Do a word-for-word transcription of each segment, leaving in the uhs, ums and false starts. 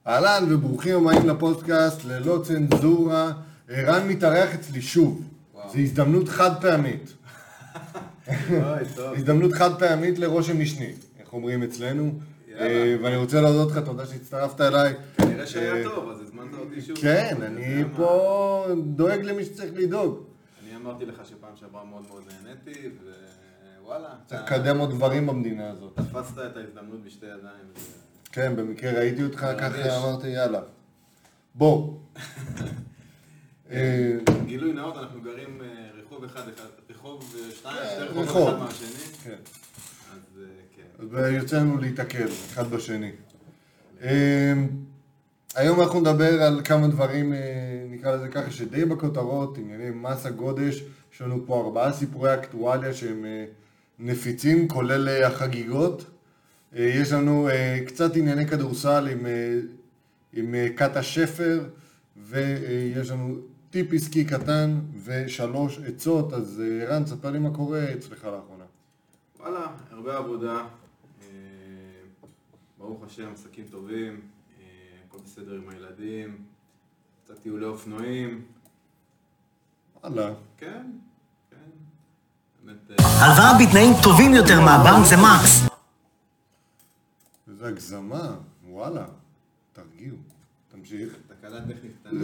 אהלן וברוכים הבאים לפודקאסט ללא צנזורה. ערן מתארח אצלי שוב. זו הזדמנות חד פעמית. הזדמנות חד פעמית לרושם משני, איך אומרים אצלנו. ואני רוצה להודות לך, תודה שהצטרפת אליי. כנראה שהיה טוב, אז הזמנת אותי שוב. כן, אני פה דואג למי שצריך לדאוג. אני אמרתי לך שפעם שעברה מאוד מאוד נהניתי, ווואלה. צריך לקדם עוד דברים במדינה הזאת. תפסת את ההזדמנות בשתי ידיים. כן, במקרה ראיתי אותך, ככה אמרתי יאללה. בוא. גילוי נאות, אנחנו גרים רחוב אחד, רחוב שתיים, שתי רחוב אחד מהשני. כן. אז כן. ויוצא לנו להתעכל אחד בשני. היום אנחנו נדבר על כמה דברים, נקרא לזה ככה, שדי בכותרות, ענייני מס הגודש. יש לנו פה ארבעה סיפורי אקטואליה שהם נפיצים, כולל החגיגות. יש לנו קצת ענייני כדורסל עם, עם קטע שפר, ויש לנו טיפ עסקי קטן ושלוש עצות. אז ערן, ספר לי מה קורה אצלך לאחרונה. וואלה, הרבה עבודה, ברוך השם, עסקים טובים, הכל בסדר עם הילדים, קצת טיולי אופנועים. וואלה. כן, כן. באמת... הלוואה בתנאים טובים יותר מהבנק זה מקס. איזה הגזמה, וואלה, תרגיעו, תמשיך. תקלה טכנית קטנה.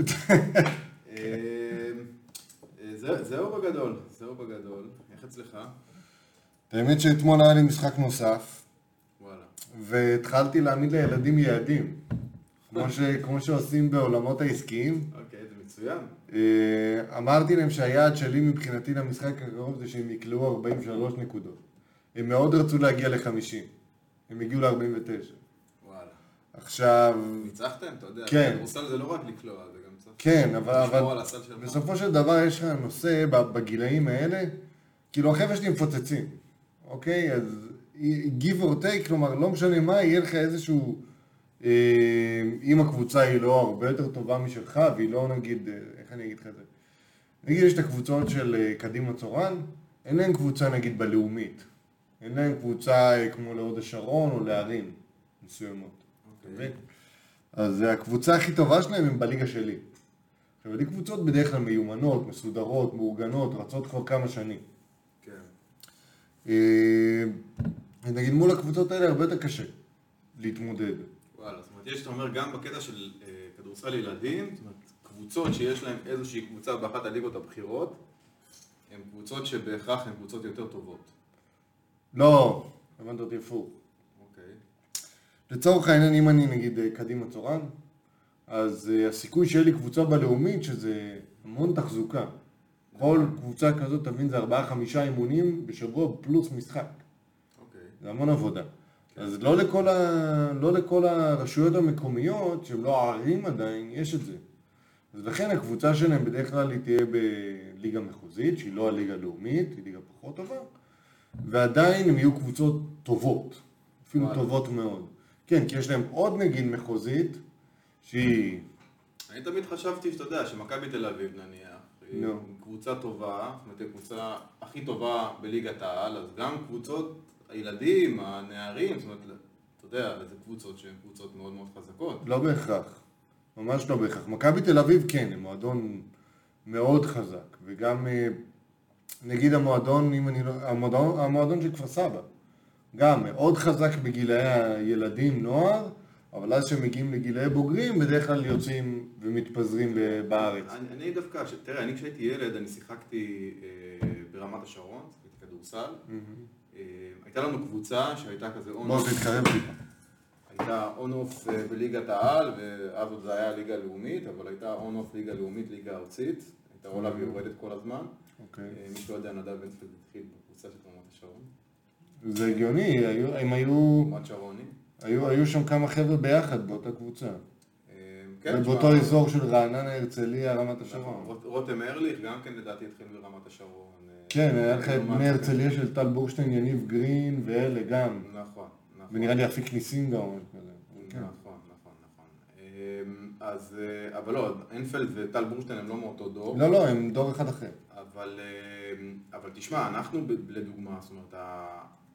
זהו בגדול, זהו בגדול. איך אצלך? האמת שאתמול היה לי משחק נוסף, וואלה. והתחלתי להעמיד לילדים יעדים, כמו, ש... כמו שעושים בעולמות העסקיים. אוקיי, זה מצוין. אמרתי להם שהיעד שלי מבחינתי למשחק הקרוב זה שהם יקלעו ארבעים ושלוש נקודות. הם מאוד רצו להגיע ל-חמישים. הם הגיעו ל-ארבעים ותשע. וואלה. עכשיו... ניצחתם, אתה יודע. כן. כדורסל זה לא רק לקלוע, זה גם צריך... כן, אבל, אבל של בסופו של דבר יש לך נושא בגילאים האלה, כאילו החבר'ה שלי מפוצצים, אוקיי? אז give or take, כלומר, לא משנה מה, יהיה לך איזשהו, אה, אם הקבוצה היא לא הרבה יותר טובה משלך, והיא לא נגיד, איך אני אגיד לך את זה? נגיד יש את הקבוצות של קדימה צורן, אין להם קבוצה נגיד בלאומית, אין להם קבוצה כמו להוד השרון או לערים מסוימות, אוקיי? אז הקבוצה הכי טובה שלהם הם בליגה שלי. עכשיו, לי קבוצות בדרך כלל מיומנות, מסודרות, מאורגנות, רצות כבר כמה שנים. כן. נגיד מול הקבוצות האלה הרבה יותר קשה להתמודד. וואלה, זאת אומרת, יש, אתה אומר, גם בקטע של אה, כדורסל ילדים, זאת אומרת, קבוצות שיש להם איזושהי קבוצה באחת הליגות הבכירות, הן קבוצות שבהכרח הן קבוצות יותר טובות. לא, הבנת אותי הפוך. אוקיי. לצורך העניין, אם אני נגיד קדימה צורן, אז uh, הסיכוי שיהיה לי קבוצה בלאומית שזה המון תחזוקה. כל קבוצה כזאת, תבין, זה ארבעה חמישה אימונים בשבוע פלוס משחק. אוקיי. זה המון עבודה. אז לא לכל, ה... לא לכל הרשויות המקומיות, שהן לא ערים עדיין, יש את זה. אז לכן הקבוצה שלהם בדרך כלל היא תהיה בליגה מחוזית, שהיא לא הליגה הלאומית, היא ליגה פחות טובה, ועדיין הם יהיו קבוצות טובות, אפילו וואלה. טובות מאוד. כן, כי יש להם עוד נגיד מחוזית, שהיא... אני תמיד חשבתי שאתה יודע, שמכבי תל אביב נניח, היא no. קבוצה טובה, זאת אומרת, היא קבוצה הכי טובה בליגת העל, אז גם קבוצות הילדים, הנערים, זאת אומרת, אתה יודע, זה קבוצות שהן קבוצות מאוד מאוד חזקות. לא בהכרח, ממש לא בהכרח. מכבי תל אביב כן, הם מועדון מאוד חזק, וגם נגיד המועדון, אם אני לא... המועדון, המועדון של כפר סבא, גם מאוד חזק בגילאי הילדים, נוער, אבל אז שמגיעים לגילאי בוגרים, בדרך כלל יוצאים ומתפזרים בארץ. אני, אני דווקא, תראה, אני כשהייתי ילד, אני שיחקתי אה, ברמת השרון, שיחקתי כדורסל. Mm-hmm. אה, הייתה לנו קבוצה שהייתה כזה און בוא, תתקרב טיפה. הייתה און-אוף אה, בליגת העל, ואז עוד זה היה ליגה לאומית, אבל הייתה און-אוף ליגה לאומית, ליגה ארצית. הייתה עולה mm-hmm. ויורדת כל הזמן. אוקיי. Okay. אה, מישהו יודע, נדב בנצפלד התחיל בקבוצה של רמת השרון. זה הגיוני, הם היו... רמת שרוני. היו, היו שם כמה חבר'ה ביחד באותה קבוצה. כן, ובאותו שמה... אזור של רעננה, הרצליה, רמת השרון. רותם ארליך גם כן לדעתי התחיל ברמת השרון. כן, היה לך את בני הרצליה של טל בורשטיין, יניב גרין ואלה גם. נכון, נכון. ונראה לי אפיק ניסים גם. נכון, נכון, נכון. אז, אבל לא, אינפלד וטל בורשטיין הם לא מאותו דור. לא, לא, הם דור אחד אחר. אבל, אבל תשמע, אנחנו לדוגמה, זאת אומרת,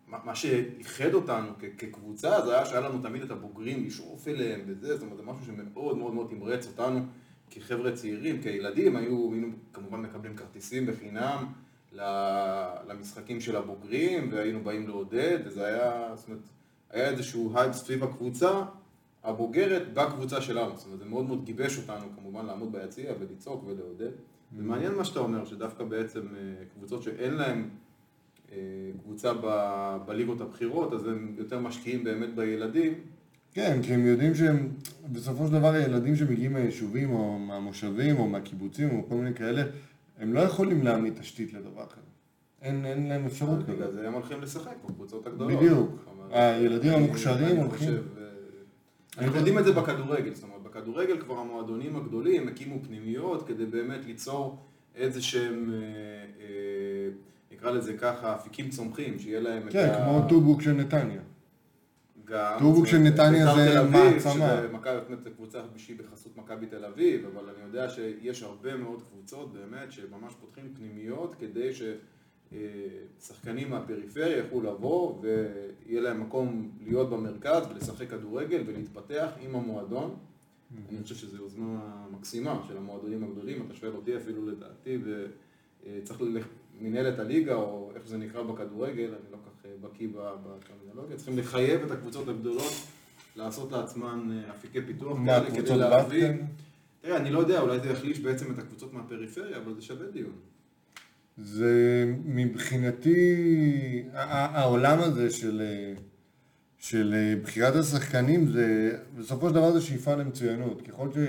מה שאיחד אותנו כקבוצה, זה היה שהיה לנו תמיד את הבוגרים לשאוף אליהם וזה, זאת אומרת, זה משהו שמאוד מאוד מאוד תמרץ אותנו כחבר'ה צעירים, כילדים, היו, היינו כמובן מקבלים כרטיסים בחינם למשחקים של הבוגרים, והיינו באים לעודד, וזה היה, זאת אומרת, היה איזשהו הייב סביב הקבוצה הבוגרת בקבוצה שלנו, זאת אומרת, זה מאוד מאוד גיבש אותנו כמובן לעמוד ביציע ולצעוק ולעודד. זה מעניין מה שאתה אומר, שדווקא בעצם קבוצות שאין להן קבוצה בליגות הבחירות, אז הם יותר משקיעים באמת בילדים. כן, כי הם יודעים שהם, בסופו של דבר הילדים שמגיעים מהיישובים או מהמושבים או מהקיבוצים או כל מיני כאלה, הם לא יכולים להעמיד תשתית לדבר כזה. אין, אין להם אפשרות כזה. בגלל זה הם הולכים לשחק בקבוצות הגדולות. בדיוק. הילדים המוכשרים הולכים. אנחנו יודעים את זה בכדורגל, זאת אומרת, בכדורגל כבר המועדונים הגדולים הקימו פנימיות כדי באמת ליצור איזה שהם, נקרא לזה ככה, אפיקים צומחים, שיהיה להם את ה... כן, כמו טובוק של נתניה. גם... טובוק של נתניה זה מעצמה. זה קבוצה שהיא בחסות מכבי תל אביב, אבל אני יודע שיש הרבה מאוד קבוצות באמת שממש פותחים פנימיות כדי ששחקנים מהפריפריה יוכלו לבוא ויהיה להם מקום להיות במרכז ולשחק כדורגל ולהתפתח עם המועדון. אני חושב שזו יוזמה מקסימה של המועדונים הגדולים, אתה שואל אותי אפילו לדעתי, וצריך מנהלת הליגה, או איך זה נקרא בכדורגל, אני לא כך בקיא בטרמינולוגיה, צריכים לחייב את הקבוצות הגדולות לעשות לעצמן אפיקי פיתוח כאלה כדי להביא. תראה, אני לא יודע, אולי זה יחליש בעצם את הקבוצות מהפריפריה, אבל זה שווה דיון. זה מבחינתי, העולם הזה של... של בחירת השחקנים, זה, בסופו של דבר זה שאיפה למצוינות. ככל ש...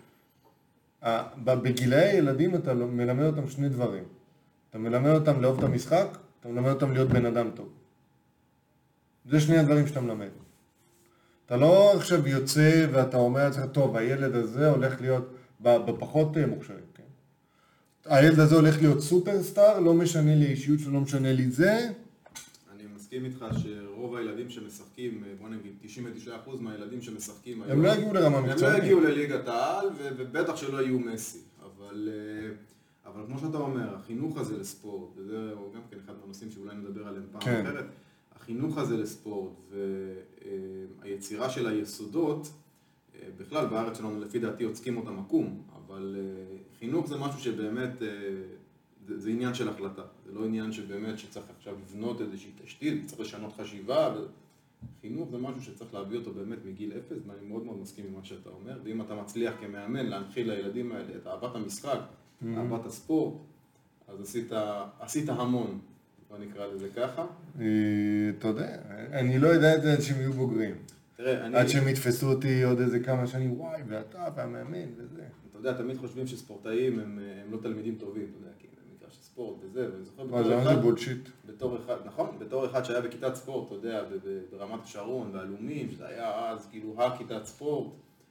בגילאי הילדים אתה מלמד אותם שני דברים. אתה מלמד אותם לאהוב את המשחק, אתה מלמד אותם להיות בן אדם טוב. זה שני הדברים שאתה מלמד. אתה לא עכשיו יוצא ואתה אומר לעצמך, טוב, הילד הזה הולך להיות בפחות מוכשרים, כן? הילד הזה הולך להיות סופרסטאר, לא משנה לי אישיות שלא משנה לי זה. מסכים איתך שרוב הילדים שמשחקים, בוא נגיד, תשעים ותשעה אחוז מהילדים שמשחקים הם לא יגיעו לרמה מקצועית. הם לא יגיעו לליגת העל, ובטח שלא יהיו מסי. אבל, אבל כמו שאתה אומר, החינוך הזה לספורט, וזה גם כן אחד מהנושאים שאולי נדבר עליהם פעם כן. אחרת, החינוך הזה לספורט והיצירה של היסודות, בכלל בארץ שלנו לפי דעתי יוצקים אותם עקום, אבל חינוך זה משהו שבאמת... זה, זה עניין של החלטה, זה לא עניין שבאמת שצריך עכשיו לבנות איזושהי תשתית, צריך לשנות חשיבה, חינוך זה משהו שצריך להביא אותו באמת מגיל אפס, ואני מאוד מאוד מסכים עם מה שאתה אומר, ואם אתה מצליח כמאמן להנחיל לילדים האלה את אהבת המשחק, mm-hmm. אהבת הספורט, אז עשית, עשית המון, בוא נקרא לזה ככה. אתה יודע, אני לא יודע את זה עד שהם יהיו בוגרים. תראה, אני... עד שהם יתפסו אותי עוד איזה כמה שנים, וואי, ואתה והמאמן וזה. אתה יודע, תמיד חושבים שספורטאים הם, הם לא תלמידים טובים, אתה יודע, כי של ספורט וזה, ואני זוכר בתור אחד, בולשיט. בתור אחד, נכון, בתור אחד שהיה בכיתת ספורט, אתה יודע, ברמת השרון והלאומיים, שזה היה אז כאילו הכיתת ספורט,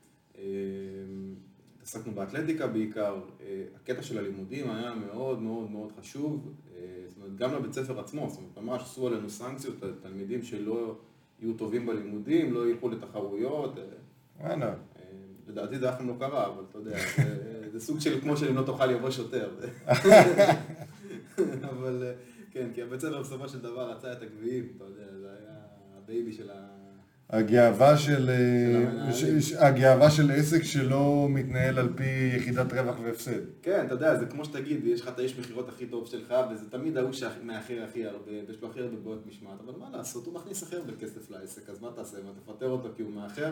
התעסקנו באתלטיקה בעיקר, הקטע של הלימודים היה מאוד מאוד מאוד חשוב, זאת אומרת, גם לבית ספר עצמו, זאת אומרת, ממש עשו עלינו סנקציות, תלמידים שלא יהיו טובים בלימודים, לא ילכו לתחרויות. וואלה. לדעתי זה אף פעם לא קרה, אבל אתה יודע, זה סוג של כמו שאם לא תוכל יבוא שוטר. אבל כן, כי הבית ספר בסופו של דבר רצה את הגביעים, אתה יודע, זה היה הבייבי של ה... הגאווה של... הגאווה של עסק שלא מתנהל על פי יחידת רווח והפסד. כן, אתה יודע, זה כמו שתגיד, יש לך את האיש מחירות הכי טוב שלך, וזה תמיד ההוא שמאחר הכי הרבה, ויש לו הכי הרבה בעיות משמעת, אבל מה לעשות, הוא מכניס הכי הרבה כסף לעסק, אז מה תעשה? מה תפטר אותו כי הוא מאחר?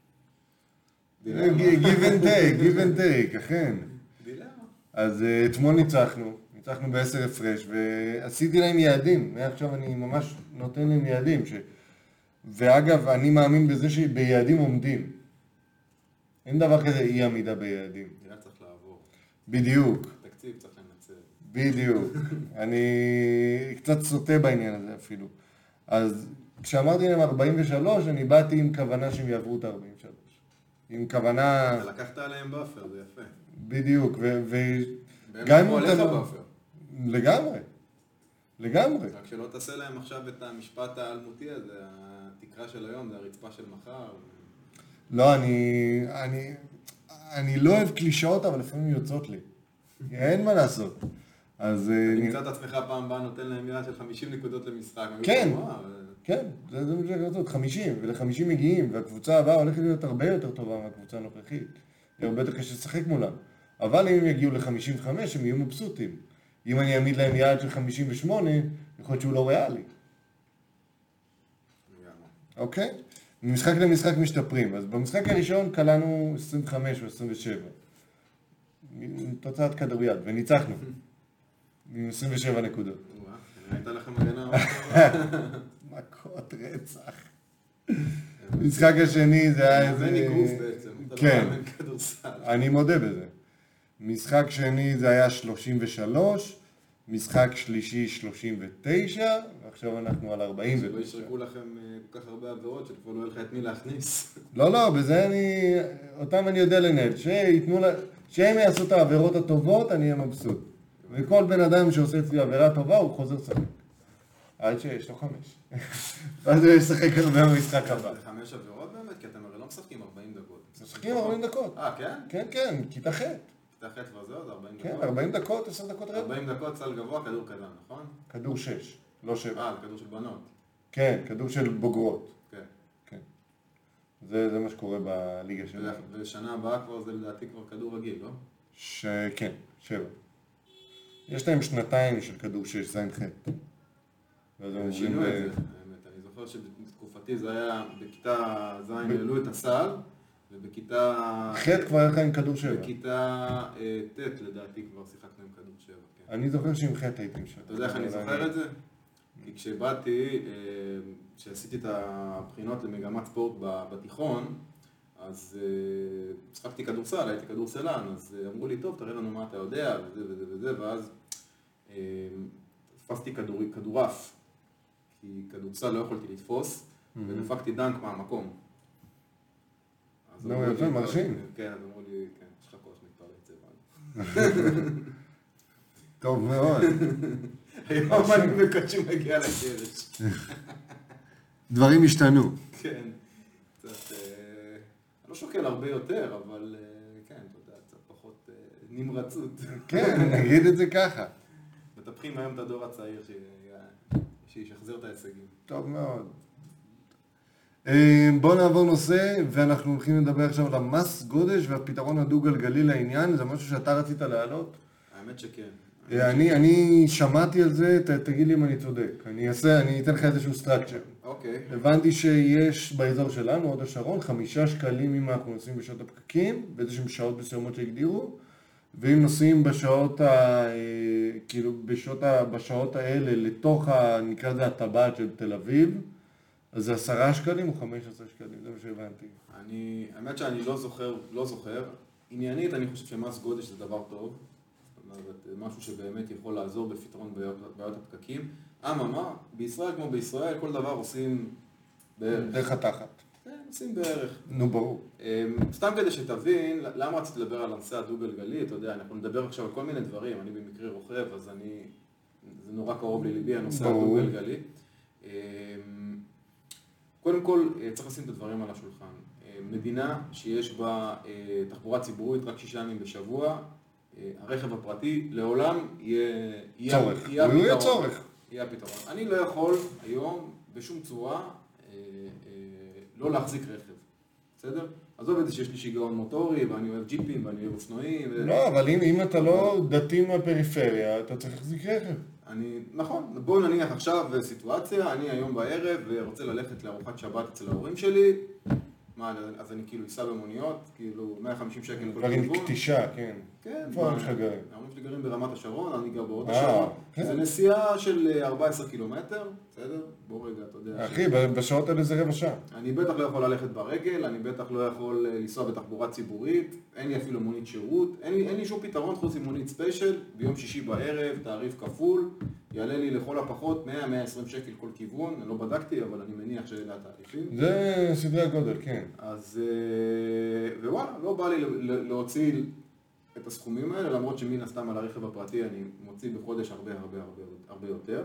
give and take, give and take, אכן. דילמה. אז אתמול ניצחנו, ניצחנו בעשר הפרש, ועשיתי להם יעדים, ועכשיו אני ממש נותן להם יעדים, ש... ואגב, אני מאמין בזה שביעדים עומדים. אין דבר כזה אי עמידה ביעדים. היה צריך לעבור. בדיוק. תקציב צריך לנצל. בדיוק. אני קצת סוטה בעניין הזה אפילו. אז כשאמרתי להם ארבעים ושלוש, אני באתי עם כוונה שהם יעברו את ה-ארבעים ושלוש. עם כוונה... אתה לקחת עליהם באפר, זה יפה. בדיוק, ו... באמת הוא עליך באפר. לגמרי. לגמרי. רק שלא תעשה להם עכשיו את המשפט האלמותי הזה, התקרה של היום, זה הרצפה של מחר. לא, אני... אני... אני לא אוהב קלישאות, אבל לפעמים יוצאות לי. אין מה לעשות. אז... נמצא את עצמך פעם באה, נותן להם יעד של חמישים נקודות למשחק. כן. כן, זה, זה מה שהקבוצות, חמישים, ול-חמישים מגיעים, והקבוצה הבאה הולכת להיות הרבה יותר טובה מהקבוצה הנוכחית. היא הרבה יותר קשה לשחק מולם. אבל אם הם יגיעו ל-חמישים וחמש, הם יהיו מבסוטים. אם אני אעמיד להם יעד של חמישים ושמונה, יכול להיות שהוא לא ריאלי. אוקיי? ממשחק למשחק משתפרים. אז במשחק הראשון קלענו עשרים וחמש או עשרים ושבע. תוצאת כדוריד, וניצחנו. עם עשרים ושבע נקודות. הייתה לכם הגנה. מכות רצח. משחק השני זה היה איזה... זה ניגוף בעצם. כן. אני מודה בזה. משחק שני זה היה שלושים ושלוש, משחק שלישי שלושים ותשע, ועכשיו אנחנו על ארבעים ותשע. שלא ישרקו לכם כל כך הרבה עבירות, שכבר לא יהיה לך את מי להכניס. לא, לא, בזה אני... אותם אני יודע לנהל. שיתנו לה... שהם יעשו את העבירות הטובות, אני אהיה מבסוט. וכל בן אדם שעושה אצלי עבירה טובה, הוא חוזר לשחק. עד שיש לו חמש. ואז הוא ישחק הרבה במשחק הבא. זה חמש עבירות באמת? כי אתם הרי לא משחקים ארבעים דקות. משחקים ארבעים דקות. אה, כן? כן, כן, כיתה ח'. כיתה ח' וזהו, זה ארבעים דקות? כן, ארבעים דקות, עשר דקות רבע. ארבעים דקות, סל גבוה, כדור קטן, נכון? כדור שש, לא שבע. אה, כדור של בנות. כן, כדור של בוגרות. כן. כן. זה, זה מה שקורה בליגה שלנו. ושנה הבאה כבר זה לדעתי כבר כדור רגיל, לא? שכן, שבע. יש להם שנתיים של כדור שש, זין ח'. שינו את זה, האמת. אני זוכר שבתקופתי זה היה בכיתה ז' העלו את הסל, ובכיתה... ח' כבר היה לך עם כדור שבע. בכיתה ט' לדעתי כבר שיחקנו עם כדור שבע. אני זוכר שעם ח' הייתם שם. אתה יודע איך אני זוכר את זה? כי כשבאתי, כשעשיתי את הבחינות למגמת ספורט בתיכון, אז שחקתי כדורסל, הייתי כדורסלן, אז אמרו לי, טוב, תראה לנו מה אתה יודע, וזה וזה וזה, ואז תפסתי כדורף, כי כדורסל לא יכולתי לתפוס, ודפקתי דנק מהמקום. לא, יפה, מרשים. כן, אז אמרו לי, כן, יש לך כוח מתפרץ, אבל. טוב מאוד. היום אני בקושי מגיע לקרש. דברים השתנו. כן, קצת, אני לא שוקל הרבה יותר, אבל כן, אתה יודע, קצת פחות נמרצות. כן, נגיד את זה ככה. מטפחים היום את הדור הצעיר שישחזר את ההישגים. טוב מאוד. בואו נעבור נושא, ואנחנו הולכים לדבר עכשיו על המס גודש והפתרון הדו-גלגלי לעניין. זה משהו שאתה רצית להעלות? האמת שכן. אני, אני שמעתי על זה, ת, תגיד לי אם אני צודק. אני אעשה, אני אתן לך איזשהו סטרקצ'ר. אוקיי. הבנתי שיש באזור שלנו, הוד השרון, חמישה שקלים אם אנחנו נוסעים בשעות הפקקים, באיזשהם שעות מסוימות שהגדירו, ואם נוסעים בשעות, ה, כאילו בשעות, ה, בשעות האלה לתוך, ה, נקרא לזה הטבעת של תל אביב, אז זה עשרה שקלים או חמש עשרה שקלים, זה מה שהבנתי. אני, האמת שאני לא זוכר, לא זוכר. עניינית, אני חושב שמס גודש זה דבר טוב. משהו שבאמת יכול לעזור בפתרון בעיות, בעיות הפקקים. אממה, בישראל כמו בישראל, כל דבר עושים בערך. דרך התחת. כן, עושים בערך. נו, ברור. סתם כדי שתבין, למה רציתי לדבר על הנושא הדו-גלגלי? אתה יודע, אנחנו נדבר עכשיו על כל מיני דברים. אני במקרה רוכב, אז אני, זה נורא קרוב לליבי, הנושא הדו-גלגלי. קודם כל, צריך לשים את הדברים על השולחן. מדינה שיש בה תחבורה ציבורית רק שישה ימים בשבוע, הרכב הפרטי לעולם יהיה... צורך, הוא יהיה צורך. יהיה הפתרון. אני לא יכול היום בשום צורה לא להחזיק רכב, בסדר? עזוב את זה שיש לי שיגעון מוטורי ואני אוהב ג'יפים ואני אוהב אופנועים. לא, אבל אם אתה לא דתי מהפריפריה, אתה צריך להחזיק רכב. אני, נכון, בואו נניח עכשיו סיטואציה, אני היום בערב ורוצה ללכת לארוחת שבת אצל ההורים שלי, מה, אז אני כאילו אסע במוניות, כאילו מאה וחמישים שקל כל כיוון. דברים קטישה, כן. כן. איפה ההורים שלך גרים? ההורים שלי גרים ברמת השרון, אני גר בהוד השרון. זה נסיעה של ארבעה עשר קילומטר, בסדר? בוא רגע, אתה יודע. אחי, בשעות האלה זה רבע שעה. אני בטח לא יכול ללכת ברגל, אני בטח לא יכול לנסוע בתחבורה ציבורית, אין לי אפילו מונית שירות, אין לי, אין לי שום פתרון חוץ ממונית ספיישל, ביום שישי בערב, תעריף כפול, יעלה לי לכל הפחות מאה עד מאה ועשרים שקל כל כיוון, אני לא בדקתי, אבל אני מניח שאלה התעריפים. זה סדרי הגודל, כן. אז, ווואלה, לא בא לי להוציא את הסכומים האלה, למרות שמן הסתם על הרכב הפרטי אני מוציא בחודש הרבה הרבה הרבה, הרבה יותר.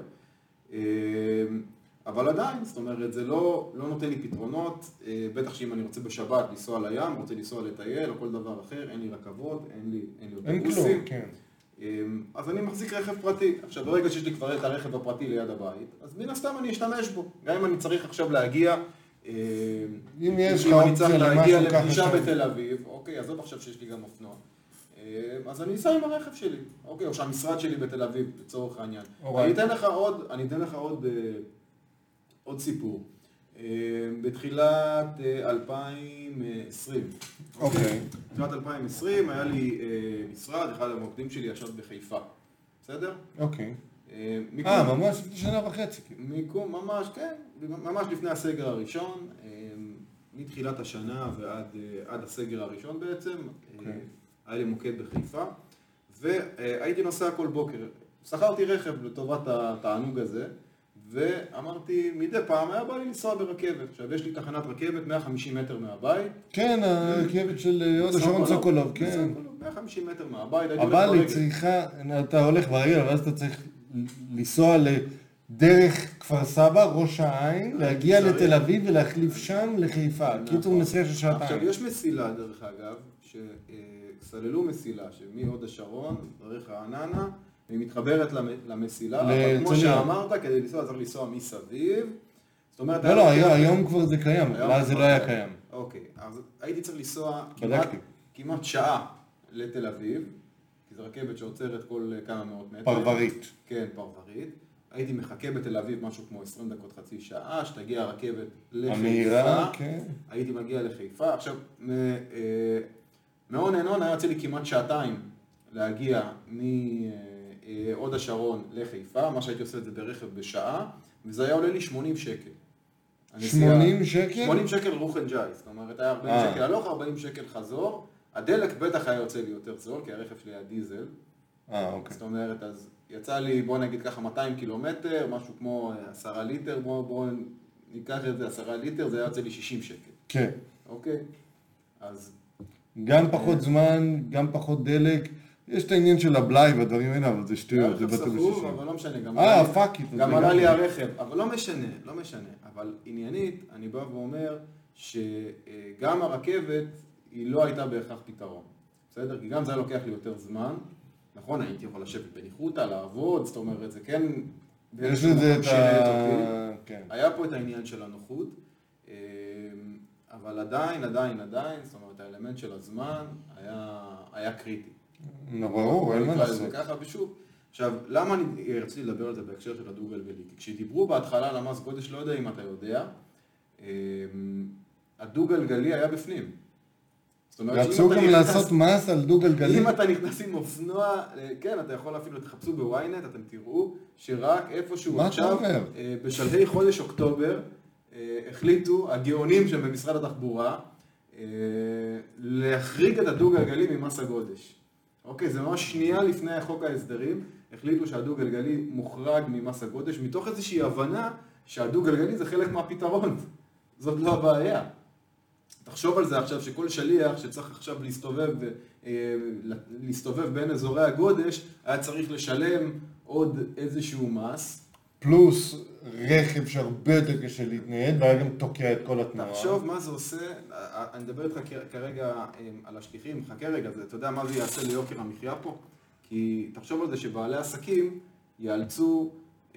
אבל עדיין, זאת אומרת, זה לא, לא נותן לי פתרונות, בטח שאם אני רוצה בשבת לנסוע לים, רוצה לנסוע לטייל או כל דבר אחר, אין לי רכבות, אין לי, אין לי אוטובוסים. אין כלום, כן. אז אני מחזיק רכב פרטי. עכשיו, ברגע שיש לי כבר את הרכב הפרטי ליד הבית, אז מן הסתם אני אשתמש בו. גם אם אני צריך עכשיו להגיע, אם יש לך אני צריך להגיע למשהו לפגישה ככה בתל אביב, אוקיי, עזוב עכשיו שיש לי גם אופנוע. אז אני אסע עם הרכב שלי, אוקיי, או שהמשרד שלי בתל אביב, לצורך העניין. אני אתן לך עוד, אני אתן לך עוד, עוד סיפור. בתחילת אלפיים עשרים. אוקיי. בתחילת אלפיים עשרים היה לי משרד, אחד המוקדים שלי ישב בחיפה. בסדר? אוקיי. אה, ממש לפני שנה וחצי. מיקום, ממש, כן. ממש לפני הסגר הראשון. מתחילת השנה ועד הסגר הראשון בעצם. היה לי מוקד בחיפה. והייתי נוסע כל בוקר. שכרתי רכב לטובת התענוג הזה. ואמרתי, מדי פעם היה בא לי לנסוע ברכבת. עכשיו, יש לי תחנת רכבת מאה וחמישים מטר מהבית. כן, הרכבת של הוד השרון סוקולוב, כן. מאה וחמישים מטר מהבית. אבל היא צריכה, אתה הולך ברגל, ואז אתה צריך לנסוע לדרך כפר סבא, ראש העין, להגיע לתל אביב ולהחליף שם לחיפה. קיצור נסיעה של שעתיים. עכשיו, יש מסילה, דרך אגב, שסללו מסילה, שמהוד השרון, דרך רעננה, היא מתחברת למסילה, אבל כמו שאמרת, כדי לנסוע, צריך לנסוע מסביב. לא, לא, היום כבר זה קיים, אז זה לא היה קיים. אוקיי, אז הייתי צריך לנסוע כמעט שעה לתל אביב, כי זו רכבת שעוצרת כל כמה מאות מטר. פרברית. כן, פרברית. הייתי מחכה בתל אביב משהו כמו עשרים דקות, חצי שעה, שתגיע הרכבת לחיפה. הייתי מגיע לחיפה. עכשיו, מעון עינון היה יוצא לי כמעט שעתיים להגיע מ... הוד השרון לחיפה, מה שהייתי עושה את זה ברכב בשעה, וזה היה עולה לי שמונים שקל. שמונים שקל? שמונים שקל רוח אנד ג'אי, זאת אומרת, היה ארבעים שקל הלוך, ארבעים שקל חזור, הדלק בטח היה יוצא לי יותר זול, כי הרכב שלי היה דיזל. אה, אוקיי. זאת אומרת, אז יצא לי, בוא נגיד ככה, מאתיים קילומטר, משהו כמו עשרה ליטר, בוא, בוא ניקח את זה, עשרה ליטר, זה היה יוצא לי שישים שקל. כן. אוקיי? אז... גם פחות זמן, גם פחות דלק. יש את העניין של הבלאי והדברים האלה, אבל זה שטויות, זה בטוח בשישים. אבל לא משנה, אה, פאק איט. גם עלה לי הרכב, אבל לא משנה, לא משנה. אבל עניינית, אני בא ואומר שגם הרכבת היא לא הייתה בהכרח פתרון. בסדר? כי גם זה לוקח לי יותר זמן. נכון, הייתי יכול לשבת בניחותא, לעבוד, זאת אומרת, זה כן... יש לזה את ה... היה פה את העניין של הנוחות, אבל עדיין, עדיין, עדיין, זאת אומרת, האלמנט של הזמן היה קריטי. ברור, אין מה לעשות. זה ככה ושוב. עכשיו, למה אני רציתי לדבר על זה בהקשר של הדו-גלגלי? כי כשדיברו בהתחלה על המס גודש, לא יודע אם אתה יודע, הדו-גלגלי היה בפנים. רצו גם לעשות מס על דו-גלגלי? אם אתה נכנס עם אופנוע, כן, אתה יכול אפילו, תחפשו בוויינט, אתם תראו שרק איפשהו עכשיו, בשלהי חודש אוקטובר, החליטו הגאונים שם במשרד התחבורה, להחריג את הדו-גלגלי ממס הגודש. אוקיי, זה ממש שנייה לפני חוק ההסדרים, החליטו שהדו-גלגלי מוחרג ממס הגודש, מתוך איזושהי הבנה שהדו-גלגלי זה חלק מהפתרון. זאת לא הבעיה. תחשוב על זה עכשיו שכל שליח שצריך עכשיו להסתובב, להסתובב בין אזורי הגודש, היה צריך לשלם עוד איזשהו מס. פלוס רכב שהרבה יותר קשה להתנייד, והיה גם תוקע את כל התנועה. תחשוב מה זה עושה, אני מדבר איתך כרגע על השליחים, חכה רגע, אתה יודע מה זה יעשה ליוקר המחיה פה? כי תחשוב על זה שבעלי עסקים יאלצו,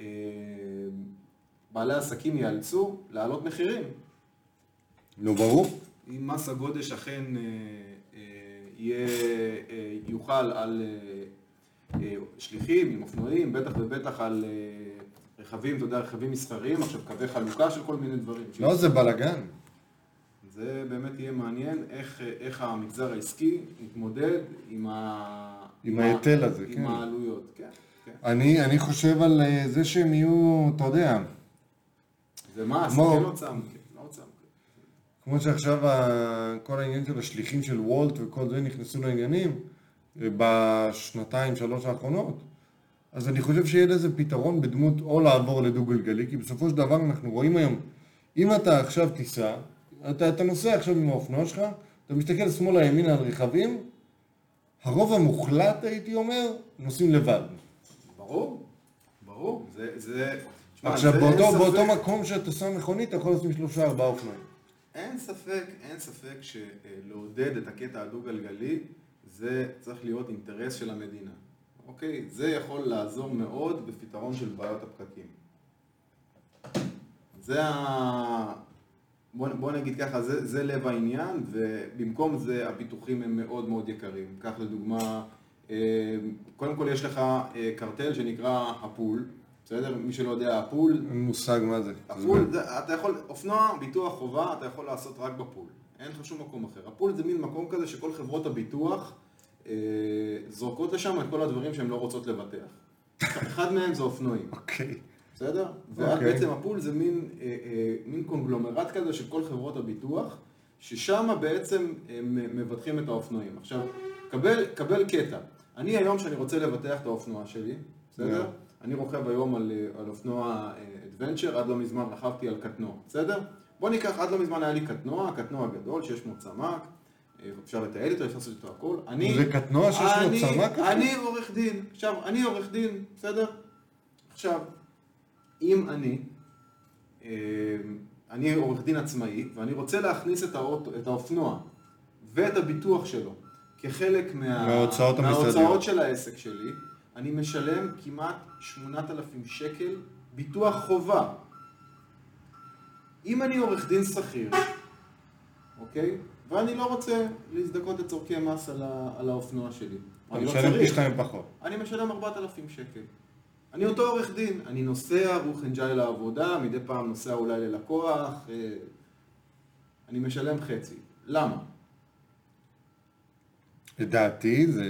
בעלי עסקים יאלצו להעלות מחירים. לא ברור. אם מס הגודש אכן יהיה, יוכל על שליחים עם אופנועים, בטח ובטח על רכבים, אתה יודע, רכבים מסחריים, עכשיו קווי חלוקה של כל מיני דברים. לא, זה בלגן. זה באמת יהיה מעניין איך, איך המגזר העסקי מתמודד עם ה... עם ההיטל הזה, עם כן. עם העלויות, כן, כן. אני, אני חושב על זה שהם יהיו, אתה יודע... זה מס, כמו... כן לא צם, כן, לא צם. כמו שעכשיו כל העניין של השליחים של וולט וכל זה נכנסו לעניינים בשנתיים, שלוש האחרונות. אז אני חושב שיהיה לזה פתרון בדמות או לעבור לדו-גלגלי, כי בסופו של דבר אנחנו רואים היום, אם אתה עכשיו תיסע, אתה, אתה נוסע עכשיו עם האופנוע שלך, אתה מסתכל שמאלה ימינה על רכבים, הרוב המוחלט הייתי אומר, נוסעים לבד. ברור, ברור. זה, זה... עכשיו, באותו, באותו מקום שאתה שם מכונית, אתה יכול לשים שלושה, ארבעה אופנועים. אין ספק, אין ספק שלעודד את הקטע הדו-גלגלי, זה צריך להיות אינטרס של המדינה. אוקיי? זה יכול לעזור מאוד בפתרון של בעיות הפקקים. זה ה... בוא, בוא נגיד ככה, זה, זה לב העניין, ובמקום זה הביטוחים הם מאוד מאוד יקרים. כך לדוגמה, קודם כל יש לך קרטל שנקרא הפול, בסדר? מי שלא יודע, הפול... מושג מה זה. הפול, זה, אתה יכול, אופנוע, ביטוח חובה, אתה יכול לעשות רק בפול. אין לך שום מקום אחר. הפול זה מין מקום כזה שכל חברות הביטוח אה, זורקות לשם את כל הדברים שהן לא רוצות לבטח. אחד מהם זה אופנועים. אוקיי. בסדר? ואז בעצם הפול זה מין, אה, אה, מין קונגלומרט כזה של כל חברות הביטוח, ששם בעצם הם מבטחים את האופנועים. עכשיו, קבל, קבל קטע. אני היום שאני רוצה לבטח את האופנוע שלי, בסדר? Yeah. אני רוכב היום על, על אופנוע אדוונצ'ר, עד לא מזמן רכבתי על קטנוע, בסדר? בוא ניקח, עד לא מזמן היה לי קטנוע, קטנוע גדול, שיש מות צמק, אפשר לתעד איתו, אפשר לעשות איתו הכל. אני, זה קטנוע שיש מות צמק? אני עורך דין, עכשיו, אני עורך דין, בסדר? עכשיו, אם אני, אני עורך דין עצמאי, ואני רוצה להכניס את, האוטו, את האופנוע ואת הביטוח שלו כחלק מה... מההוצאות מההוצאות של העסק שלי, אני משלם כמעט שמונת אלפים שקל ביטוח חובה. אם אני עורך דין שכיר, אוקיי? ואני לא רוצה להזדכות את צורכי מס על, ה... על האופנוע שלי. אני משלם פי שתיים פחות. אני משלם ארבעת אלפים שקל. אני אותו עורך דין, אני נוסע רוח אנג'אי לעבודה, מדי פעם נוסע אולי ללקוח, אני משלם חצי. למה? לדעתי זה...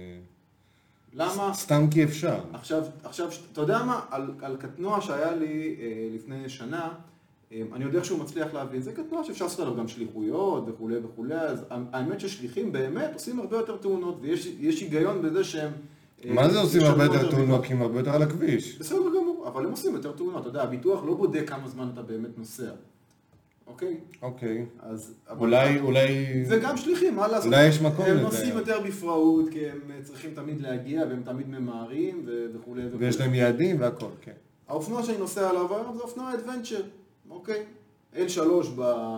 למה? סתם כי אפשר. עכשיו, עכשיו, אתה יודע מה? על, על קטנוע שהיה לי אה, לפני שנה, אה, אני יודע שהוא מצליח להבין, זה קטנוע שאפשר לעשות עליו גם שליחויות וכו' וכו', אז האמת ששליחים באמת עושים הרבה יותר תאונות, ויש היגיון בזה שהם... מה זה עושים הרבה יותר תאונות? כי הם הרבה יותר על הכביש. בסדר גמור, אבל הם עושים יותר תאונות. אתה יודע, הביטוח לא בודק כמה זמן אתה באמת נוסע. אוקיי? אוקיי. אז... אולי, אולי... וגם שליחים, מה לעשות? אולי יש מקום לזה. הם נוסעים יותר בפראות, כי הם צריכים תמיד להגיע, והם תמיד ממהרים, וכו' וכו'. ויש להם יעדים והכל, כן. האופנוע שאני נוסע עליו היום זה אופנוע אדוונצ'ר, אוקיי? אל שלוש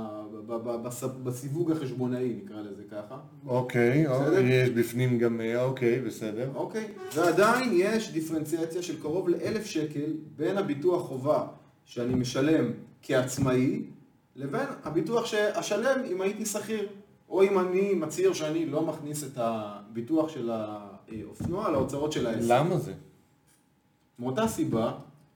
בסיווג החשבונאי, נקרא לזה ככה. אוקיי, יש בפנים גם, אוקיי, בסדר. אוקיי, ועדיין יש דיפרנציאציה של קרוב לאלף שקל בין הביטוח חובה שאני משלם כעצמאי, לבין הביטוח שאשלם אם הייתי שכיר, או אם אני מצהיר שאני לא מכניס את הביטוח של האופנוע להוצאות של העסק. למה זה? מאותה סיבה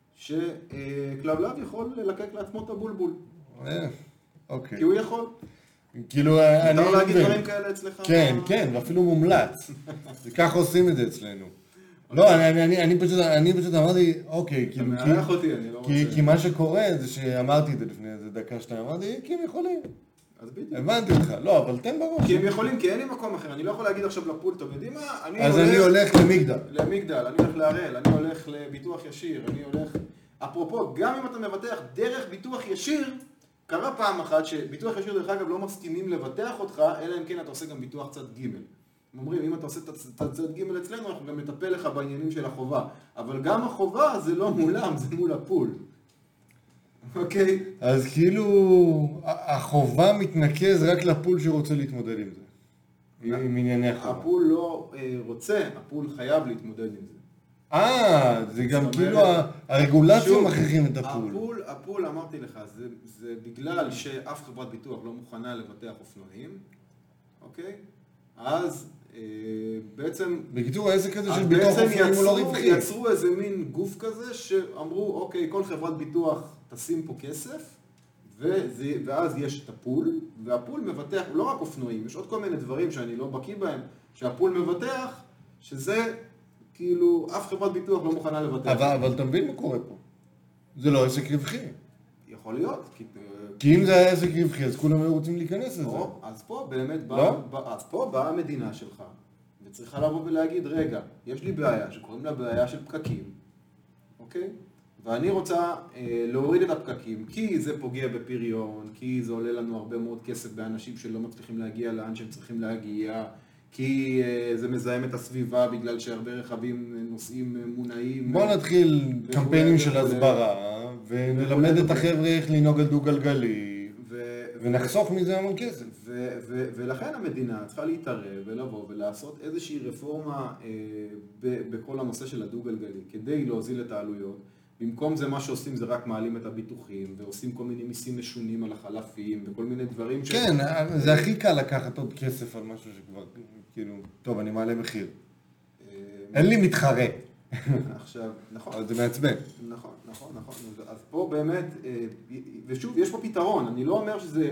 שכלבלב יכול ללקק לעצמו את הבולבול. אוקיי. כי הוא יכול. כאילו, אני... מותר להגיד דברים כאלה אצלך? כן, כן, ואפילו מומלץ. וכך עושים את זה אצלנו. לא, אני פשוט, אני פשוט אמרתי, אוקיי, אתה מערך אותי, אני לא רוצה... כי מה שקורה זה שאמרתי את זה לפני איזה דקה שתיים, אמרתי, כי הם יכולים. אז בדיוק. הבנתי אותך, לא, אבל תן בראש. כי הם יכולים, כי אין לי מקום אחר, אני לא יכול להגיד עכשיו לפול, אתם יודעים מה? אז אני הולך למגדל. למגדל, אני הולך להראל, אני הולך לביטוח ישיר, אני הולך... אפרופו, גם אם אתה מבטח דרך ביטוח ישיר, קרה פעם אחת שביטוח ישיר דרך אגב לא מסכימים לבטח אותך, אלא אם כן אתה עושה גם ביטוח צד ג'. הם אומרים, אם אתה עושה את צד ג' אצלנו, אנחנו גם נטפל לך בעניינים של החובה. אבל גם החובה זה לא מולם, זה מול הפול. אוקיי? אז כאילו, החובה מתנקז רק לפול שרוצה להתמודד עם זה. עם ענייני החובה. הפול לא רוצה, הפול חייב להתמודד עם זה. אה, זה גם כאילו הרגולציה מכריחים את הפול. הפול, הפול, אמרתי לך, זה, זה בגלל שאף חברת ביטוח לא מוכנה לבטח אופנועים, אוקיי? אז אה, בעצם... בקיצור, העסק הזה של ביטוח אופנועים הוא לא רווחי. יצרו איזה מין גוף כזה שאמרו, אוקיי, כל חברת ביטוח תשים פה כסף, וזה, ואז יש את הפול, והפול מבטח, לא רק אופנועים, יש עוד כל מיני דברים שאני לא בקיא בהם, שהפול מבטח, שזה... כאילו, אף חברת ביטוח לא מוכנה לבטח. אבל, אבל אתה מבין מה קורה פה? זה לא עסק רווחי. יכול להיות. כי, כי אם זה היה עסק רווחי, אז כולם היו רוצים להיכנס לזה. או, אז פה באמת בא, לא? בא, אז פה באה המדינה שלך, וצריכה לבוא ולהגיד, רגע, יש לי בעיה שקוראים לה בעיה של פקקים, אוקיי? ואני רוצה אה, להוריד את הפקקים, כי זה פוגע בפריון, כי זה עולה לנו הרבה מאוד כסף באנשים שלא מצליחים להגיע לאן שהם צריכים להגיע, כי uh, זה מזהם את הסביבה בגלל שהרבה רכבים נוסעים מונעים. בוא נתחיל קמפיינים של הסברה, ונלמד את החבר'ה איך לנהוג על דו גלגלי, ונחסוך מזה המון כסף. ולכן המדינה צריכה להתערב ולבוא ולעשות איזושהי רפורמה בכל הנושא של הדו-גלגלי, כדי להוזיל את העלויות. במקום זה מה שעושים זה רק מעלים את הביטוחים, ועושים כל מיני מיסים משונים על החלפים, וכל מיני דברים ש... כן, זה הכי קל לקחת עוד כסף על משהו שכבר, כאילו, טוב, אני מעלה מחיר. אין לי מתחרה. עכשיו, נכון. אבל זה מעצבן. נכון, נכון, נכון. אז פה באמת, ושוב, יש פה פתרון. אני לא אומר שזה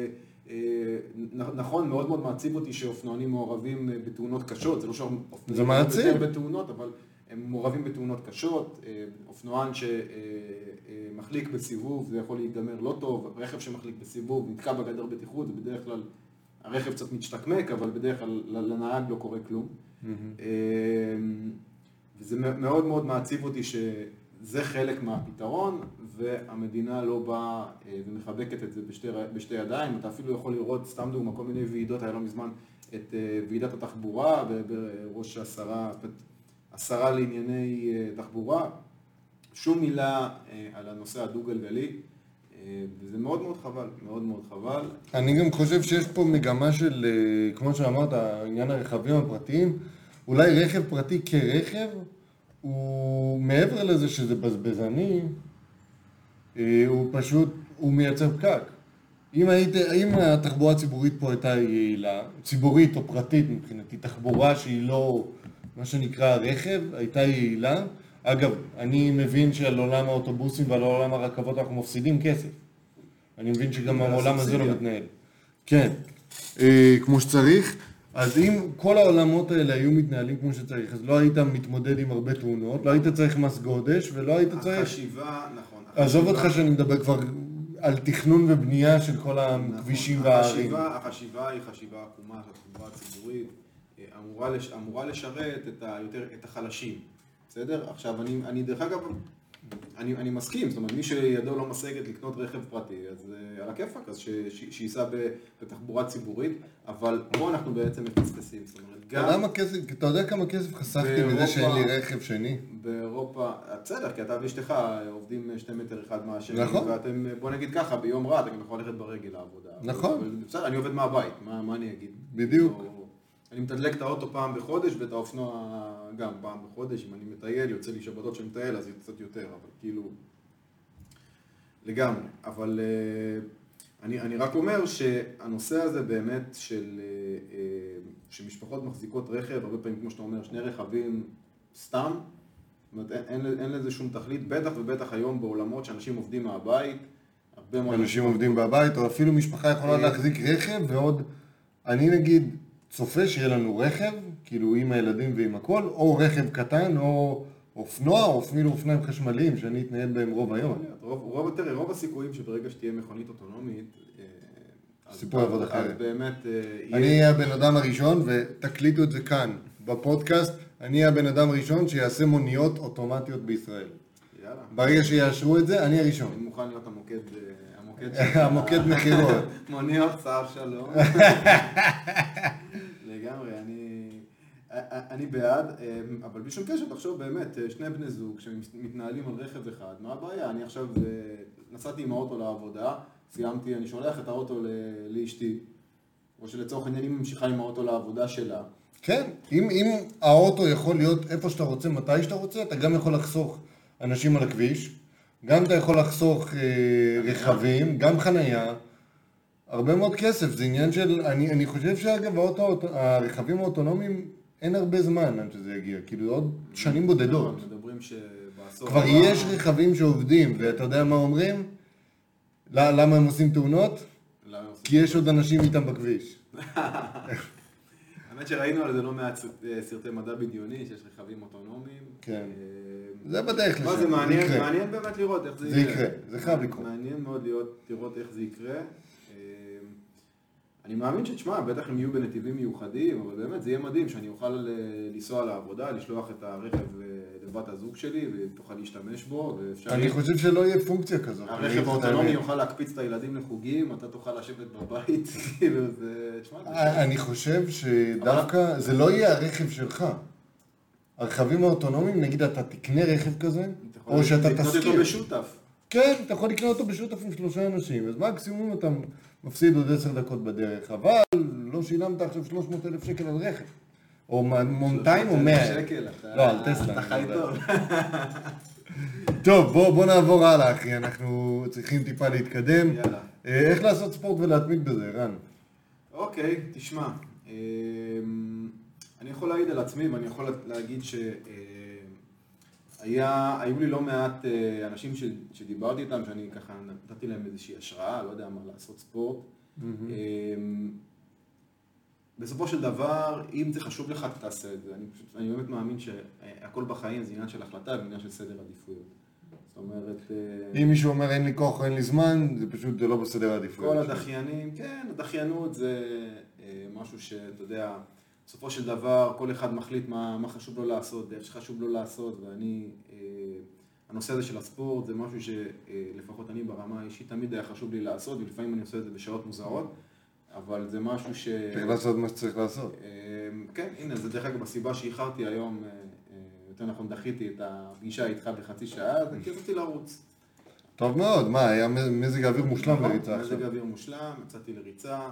נכון, מאוד מאוד מעציב אותי שאופנוענים מעורבים בתאונות קשות. זה לא שאופנוענים מעורבים בתאונות, אבל הם מעורבים בתאונות קשות. אופנוען שמחליק בסיבוב, זה יכול להיגמר לא טוב. רכב שמחליק בסיבוב, נתקע בגדר בטיחות, ובדרך כלל הרכב קצת משתקמק, אבל בדרך כלל לנהג לא קורה כלום. וזה מאוד מאוד מעציב אותי שזה חלק מהפתרון, והמדינה לא באה ומחבקת את זה בשתי, בשתי ידיים. אתה אפילו יכול לראות, סתם דוגמה, כל מיני ועידות, היה לא מזמן את ועידת התחבורה, בראש השרה, השרה לענייני תחבורה, שום מילה על הנושא הדו-גלגלי, וזה מאוד מאוד חבל, מאוד מאוד חבל. אני גם חושב שיש פה מגמה של, כמו שאמרת, עניין הרכבים הפרטיים, אולי רכב פרטי כרכב, הוא מעבר לזה שזה בזבזני, הוא פשוט, הוא מייצר פקק. אם, היית, אם התחבורה הציבורית פה הייתה יעילה, ציבורית או פרטית מבחינתי, תחבורה שהיא לא, מה שנקרא רכב, הייתה יעילה. אגב, אני מבין שעל עולם האוטובוסים ועל עולם הרכבות אנחנו מפסידים כסף. אני מבין שגם העולם הזה לא מתנהל. כן, כמו שצריך. אז אם כל העולמות האלה היו מתנהלים כמו שצריך, אז לא היית מתמודד עם הרבה תאונות, לא היית צריך מס גודש, ולא היית צריך... החשיבה, נכון. עזוב אותך שאני מדבר כבר על תכנון ובנייה של כל הכבישים והערים. החשיבה היא חשיבה עקומה, שהתחבורה הציבורית אמורה, לש... אמורה לשרת את, ה... יותר... את החלשים, בסדר? עכשיו, אני, אני דרך אגב, אני, אני מסכים, זאת אומרת, מי שידו לא משגת לקנות רכב פרטי, אז uh, על הכיפק, אז ש... ש... שייסע בתחבורה ציבורית, אבל פה אנחנו בעצם מפספסים, זאת אומרת, גם... אתה יודע כמה כסף חסכתי מזה שאין לי רכב שני? באירופה, בסדר, כי אתה ואשתך עובדים שתי מטר אחד מהשני, נכון. ואתם, בוא נגיד ככה, ביום רע אתה גם יכול ללכת ברגל לעבודה. נכון. בסדר, אני עובד מהבית, מה, מה אני אגיד? בדיוק. אני מתדלק את האוטו פעם בחודש, ואת האופנוע גם פעם בחודש. אם אני מטייל, יוצא לי שבתות שאני מטייל, אז קצת יותר, אבל כאילו... לגמרי. אבל אני, אני רק אומר שהנושא הזה באמת של... שמשפחות מחזיקות רכב, הרבה פעמים, כמו שאתה אומר, שני רכבים סתם, זאת אומרת, אין, אין, אין לזה שום תכלית, בטח ובטח היום בעולמות שאנשים עובדים מהבית, הרבה מאוד... אנשים עובדים בבית, או אפילו משפחה יכולה להחזיק רכב, ועוד, אני נגיד... צופה שיהיה לנו רכב, כאילו עם הילדים ועם הכל, או רכב קטן, או אופנוע, או אפילו אופניים חשמליים, שאני אתנהל בהם רוב היום. רוב, רוב, תראה, רוב הסיכויים שברגע שתהיה מכונית אוטונומית, סיפור עבוד אחרת. באמת... אני אהיה הבן אדם הראשון, ותקליטו את זה כאן, בפודקאסט, אני אהיה הבן אדם הראשון שיעשה מוניות אוטומטיות בישראל. יאללה. ברגע שיאשרו את זה, אני הראשון. אני מוכן להיות המוקד... המוקד מחירות. מוניות, שר שלום. לגמרי, אני, אני בעד, אבל בלי שום קשר, תחשוב באמת, שני בני זוג שמתנהלים על רכב אחד, מה הבעיה? אני עכשיו נסעתי עם האוטו לעבודה, סיימתי, אני שולח את האוטו לאשתי, או שלצורך העניין היא ממשיכה עם האוטו לעבודה שלה. כן, אם, אם האוטו יכול להיות איפה שאתה רוצה, מתי שאתה רוצה, אתה גם יכול לחסוך אנשים על הכביש, גם אתה יכול לחסוך אה, רכבים, גם חנייה, הרבה מאוד כסף, זה עניין של, אני, אני חושב שאגב, האוטו, הרכבים האוטונומיים, אין הרבה זמן עד שזה יגיע, כאילו עוד שנים בודדות. מדברים שבעשור... כבר יש רכבים שעובדים, ואתה יודע מה אומרים? למה הם עושים תאונות? כי יש עוד אנשים איתם בכביש. האמת שראינו על זה לא מעט סרטי מדע בדיוני, שיש רכבים אוטונומיים. כן. זה בדרך לשם. זה מעניין, מעניין באמת לראות איך זה יקרה. זה יקרה, זה חייב לקרות. מעניין מאוד לראות איך זה יקרה. אני מאמין שתשמע, בטח הם יהיו בנתיבים מיוחדים, אבל באמת זה יהיה מדהים שאני אוכל לנסוע לעבודה, לשלוח את הרכב לבת הזוג שלי ותוכל להשתמש בו. אני חושב שלא יהיה פונקציה כזאת. הרכב האוטונומי יוכל להקפיץ את הילדים לחוגים, אתה תוכל לשבת בבית, כאילו זה... אני חושב שדווקא זה לא יהיה הרכב שלך. הרכבים האוטונומיים, נגיד אתה תקנה רכב כזה, או שאתה תסכים. תקנות אותו בשותף. כן, אתה יכול לקנות אותו בשותף עם שלושה אנשים, אז מקסימום אתה מפסיד עוד עשר דקות בדרך, אבל לא שילמת עכשיו שלוש מאות אלף שקל על רכב. או מאתיים או מאה. שקל, לא, על טסלה. אתה חי טוב. טוב, בוא, בוא נעבור הלאה, אחי, אנחנו צריכים טיפה להתקדם. יאללה. איך לעשות ספורט ולהתמיד בזה, רן? אוקיי, תשמע, אני יכול להעיד על עצמי ואני יכול להגיד שהיו לי לא מעט אנשים שדיברתי איתם, שאני ככה נתתי להם איזושהי השראה, לא יודע מה, לעשות ספורט. בסופו של דבר, אם זה חשוב לך, תעשה את זה. אני פשוט, אני באמת מאמין שהכל בחיים זה עניין של החלטה ועניין של סדר עדיפויות. זאת אומרת... אם מישהו אומר אין לי כוח או אין לי זמן, זה פשוט זה לא בסדר העדיפויות. כל הדחיינים, כן, הדחיינות זה משהו שאתה יודע, בסופו של דבר כל אחד מחליט מה, מה חשוב לו לעשות, איך שחשוב לו לעשות, ואני, הנושא הזה של הספורט זה משהו שלפחות אני ברמה האישית תמיד היה חשוב לי לעשות, ולפעמים אני עושה את זה בשעות מוזרות. אבל זה משהו ש... צריך לעשות מה שצריך לעשות. כן, הנה, זה דרך אגב הסיבה שאיחרתי היום, יותר נכון דחיתי את הפגישה איתך בחצי שעה, אז כי יצאתי לרוץ. טוב מאוד, מה, היה מזג האוויר מושלם לריצה עכשיו. מזג האוויר מושלם, יצאתי לריצה,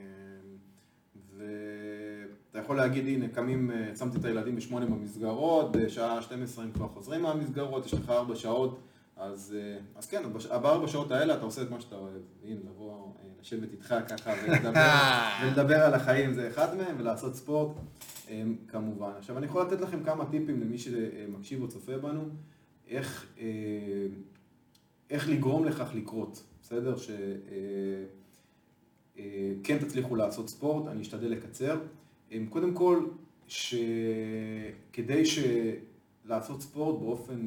ואתה יכול להגיד, הנה, קמים, שמתי את הילדים בשמונה במסגרות, בשעה שתים עשרה הם כבר חוזרים מהמסגרות, יש לך ארבע שעות, אז, אז כן, בארבע שעות האלה אתה עושה את מה שאתה אוהב. הנה, לבוא, לשבת איתך ככה ולדבר, ולדבר על החיים, זה אחד מהם, ולעשות ספורט, כמובן. עכשיו, אני יכול לתת לכם כמה טיפים למי שמקשיב או צופה בנו, איך, איך לגרום לכך לקרות, בסדר? שכן תצליחו לעשות ספורט, אני אשתדל לקצר. קודם כל, שכדי לעשות ספורט באופן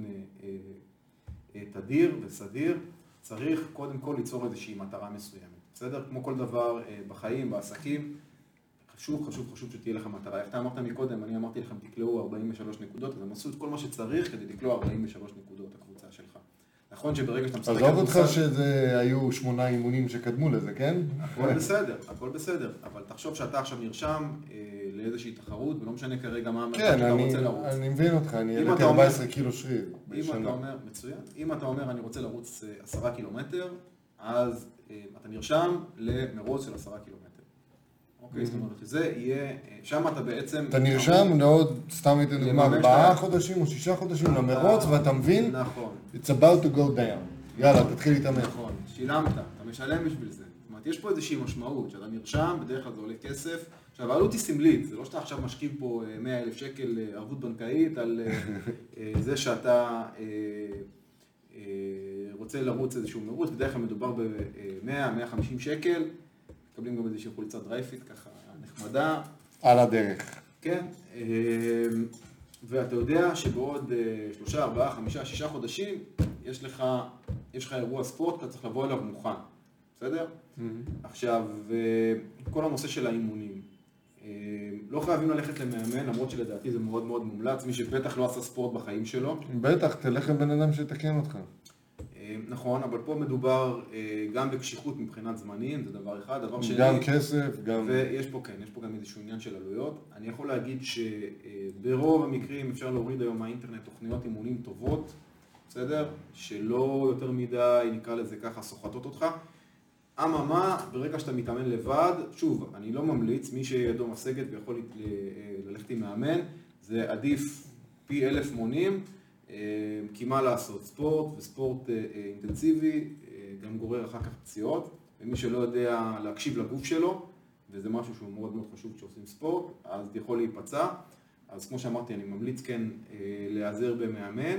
תדיר וסדיר, צריך קודם כל ליצור איזושהי מטרה מסוימת. בסדר? כמו כל דבר בחיים, בעסקים, חשוב, חשוב, חשוב שתהיה לך מטרה. איך אתה אמרת מקודם, אני אמרתי לכם, תקלעו ארבעים ושלוש נקודות, אז הם עשו את כל מה שצריך כדי לקלוע ארבעים ושלוש נקודות, הקבוצה שלך. נכון שברגע שאתה משחק... עזוב אותך שזה היו שמונה אימונים שקדמו לזה, כן? הכל בסדר, הכל בסדר, אבל תחשוב שאתה עכשיו נרשם לאיזושהי תחרות, ולא משנה כרגע מה שאתה רוצה לרוץ. כן, אני מבין אותך, אני העליתי ארבע עשרה קילו שריר בשנה. אם אתה אומר, מצוין, אם אתה אומר אני רוצה לרוץ עשרה קילומטר, אז אתה נרשם למרוץ של עשרה קילומטר. אוקיי, זאת אומרת, זה יהיה, שם אתה בעצם... אתה נרשם לעוד, סתם הייתי דוגמה, ארבעה חודשים או שישה חודשים למרוץ, ואתה מבין, נכון. It's about to go down. יאללה, תתחיל להתאמן. נכון, שילמת, אתה משלם בשביל זה. זאת אומרת, יש פה איזושהי משמעות, שאתה נרשם, בדרך כלל זה עולה כסף. עכשיו, העלות היא סמלית, זה לא שאתה עכשיו משקיב פה מאה אלף שקל ערבות בנקאית, על זה שאתה רוצה לרוץ איזשהו מרוץ, בדרך כלל מדובר ב-מאה עד מאה וחמישים שקל, מקבלים גם איזושהי חולצה דרייפית ככה נחמדה. על הדרך. כן, ואתה יודע שבעוד שלושה, ארבעה, חמישה, שישה חודשים יש לך, יש לך אירוע ספורט, אתה צריך לבוא אליו מוכן, בסדר? עכשיו, כל הנושא של האימונים. לא חייבים ללכת למאמן, למרות שלדעתי זה מאוד מאוד מומלץ, מי שבטח לא עשה ספורט בחיים שלו. בטח, תלך לבן אדם שתקן אותך. נכון, אבל פה מדובר גם בקשיחות מבחינת זמנים, זה דבר אחד, דבר שני... גם כסף, גם... ויש פה, כן, יש פה גם איזשהו עניין של עלויות. אני יכול להגיד שברוב המקרים אפשר להוריד היום מהאינטרנט תוכניות אימונים טובות, בסדר? שלא יותר מדי, נקרא לזה ככה, סוחטות אותך. אממה, ברגע שאתה מתאמן לבד, שוב, אני לא ממליץ, מי שידו משגת ויכול ללכת עם מאמן, זה עדיף פי אלף מונים, כי מה לעשות, ספורט וספורט אינטנסיבי גם גורר אחר כך פציעות, ומי שלא יודע להקשיב לגוף שלו, וזה משהו שהוא מאוד מאוד חשוב כשעושים ספורט, אז יכול להיפצע. אז כמו שאמרתי, אני ממליץ כן להיעזר במאמן,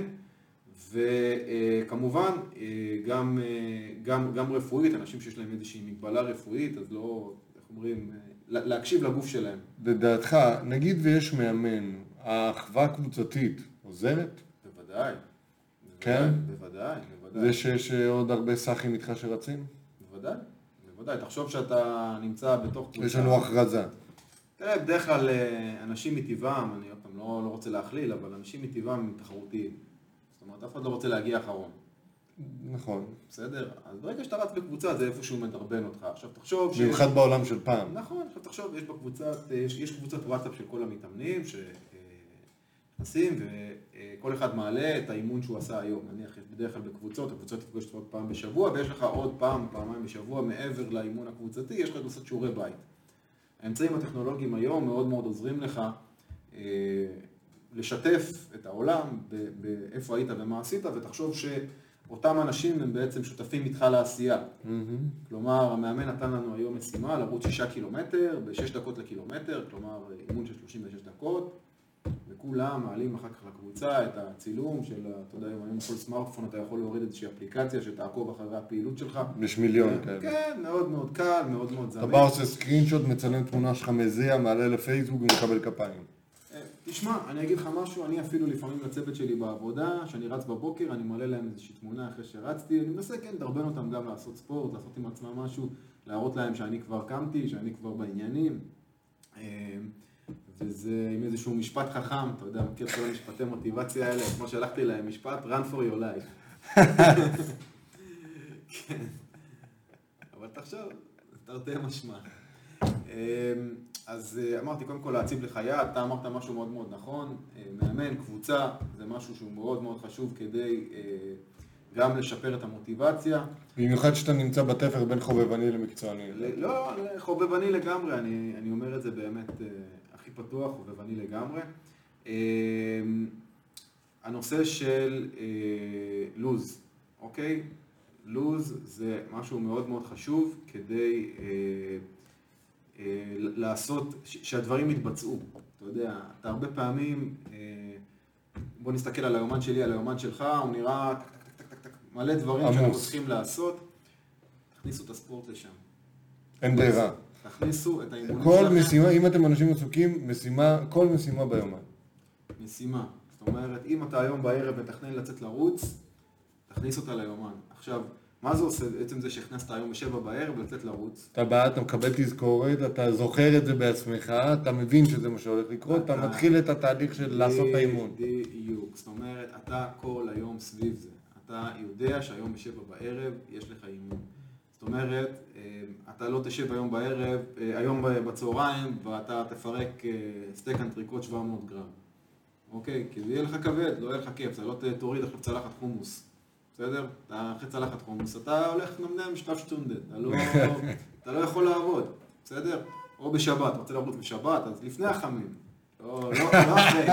וכמובן גם, גם, גם רפואית, אנשים שיש להם איזושהי מגבלה רפואית, אז לא, איך אומרים, להקשיב לגוף שלהם. לדעתך, נגיד ויש מאמן, האחווה הקבוצתית עוזרת? בוודאי. כן? בוודאי, בוודאי. זה שיש עוד הרבה סאחים איתך שרצים? בוודאי, בוודאי. תחשוב שאתה נמצא בתוך קבוצה. יש לנו הכרזה. תראה, בדרך כלל אנשים מטבעם, אני עוד פעם לא, לא רוצה להכליל, אבל אנשים מטבעם הם תחרותיים. זאת אומרת, אף אחד לא רוצה להגיע אחרון. נכון. בסדר? אז ברגע שאתה רץ בקבוצה, זה איפשהו מדרבן אותך. עכשיו תחשוב ש... במיוחד בעולם של פעם. נכון, עכשיו תחשוב, יש בקבוצת, יש, יש קבוצת וואטסאפ של כל המתאמנים, נכנסים וכל אחד מעלה את האימון שהוא עשה היום. נניח, בדרך כלל בקבוצות, הקבוצות תפגוש עוד פעם בשבוע, ויש לך עוד פעם, פעמיים בשבוע, מעבר לאימון הקבוצתי, יש לך לעשות שיעורי בית. האמצעים הטכנולוגיים היום מאוד מאוד עוזרים לך אה, לשתף את העולם באיפה היית ומה עשית, ותחשוב שאותם אנשים הם בעצם שותפים איתך לעשייה. Mm-hmm. כלומר, המאמן נתן לנו היום משימה לרוץ שישה קילומטר, בשש דקות לקילומטר, כלומר אימון של שלושים ושש דקות, וכולם מעלים אחר כך לקבוצה את הצילום של, אתה יודע, היום כל סמארטפון אתה יכול להוריד איזושהי אפליקציה שתעקוב אחרי הפעילות שלך. יש מיליון כאלה. כן, מאוד מאוד קל, מאוד מאוד זמין. אתה בא עושה סקרינשוט, מצלם תמונה שלך מזיע, מעלה לפייסבוק ומקבל כפיים. תשמע, אני אגיד לך משהו, אני אפילו לפעמים לצוות שלי בעבודה, שאני רץ בבוקר, אני מעלה להם איזושהי תמונה אחרי שרצתי, אני מנסה, כן, דרבן אותם גם לעשות ספורט, לעשות עם עצמם משהו, להראות להם שאני כבר קמתי, שאני כבר בעניינים. וזה עם איזשהו משפט חכם, אתה יודע, מכיר כל המשפטי מוטיבציה האלה, כמו שהלכתי להם משפט, run for your life. כן. אבל תחשוב, תרתי משמע. אז אמרתי, קודם כל להציב לך יד, אתה אמרת משהו מאוד מאוד נכון, מאמן, קבוצה, זה משהו שהוא מאוד מאוד חשוב כדי גם לשפר את המוטיבציה. במיוחד שאתה נמצא בתפר בין חובבני למקצועני. לא, חובבני לגמרי, אני, אני אומר את זה באמת הכי פתוח, חובבני לגמרי. הנושא של לוז, אוקיי? לוז זה משהו מאוד מאוד חשוב כדי לעשות, שהדברים יתבצעו. אתה יודע, אתה הרבה פעמים, בוא נסתכל על היומן שלי, על היומן שלך, הוא נראה מלא דברים שאנחנו צריכים לעשות. תכניסו את הספורט לשם. אין ברירה. תכניסו את האימונים שלכם. כל משימה, אם אתם אנשים עסוקים, משימה, כל משימה ביומן. משימה. זאת אומרת, אם אתה היום בערב מתכנן לצאת לרוץ, תכניס אותה ליומן. עכשיו, מה זה עושה? בעצם זה שהכנסת היום בשבע בערב לצאת לרוץ. אתה בא, אתה מקבל תזכורת, אתה זוכר את זה בעצמך, אתה מבין שזה מה שהולך לקרות, אתה מתחיל את התהליך של לעשות את האימון. בדיוק. זאת אומרת, אתה כל היום סביב זה. אתה יודע שהיום בשבע בערב יש לך אימון. זאת אומרת, אתה לא תשב היום בערב, היום בצהריים, ואתה תפרק סטייק אנטריקוט שבע מאות גרם. אוקיי? כי זה יהיה לך כבד, לא יהיה לך כיף, אתה לא תוריד עכשיו צלחת חומוס. בסדר? אתה אחרי צלחת חומוס, אתה הולך נמנם שטף שטונדד, אתה לא, אתה לא יכול לעבוד, בסדר? או בשבת, אתה רוצה לרוץ בשבת, אז לפני החמין. לא, לא, לא אחרי.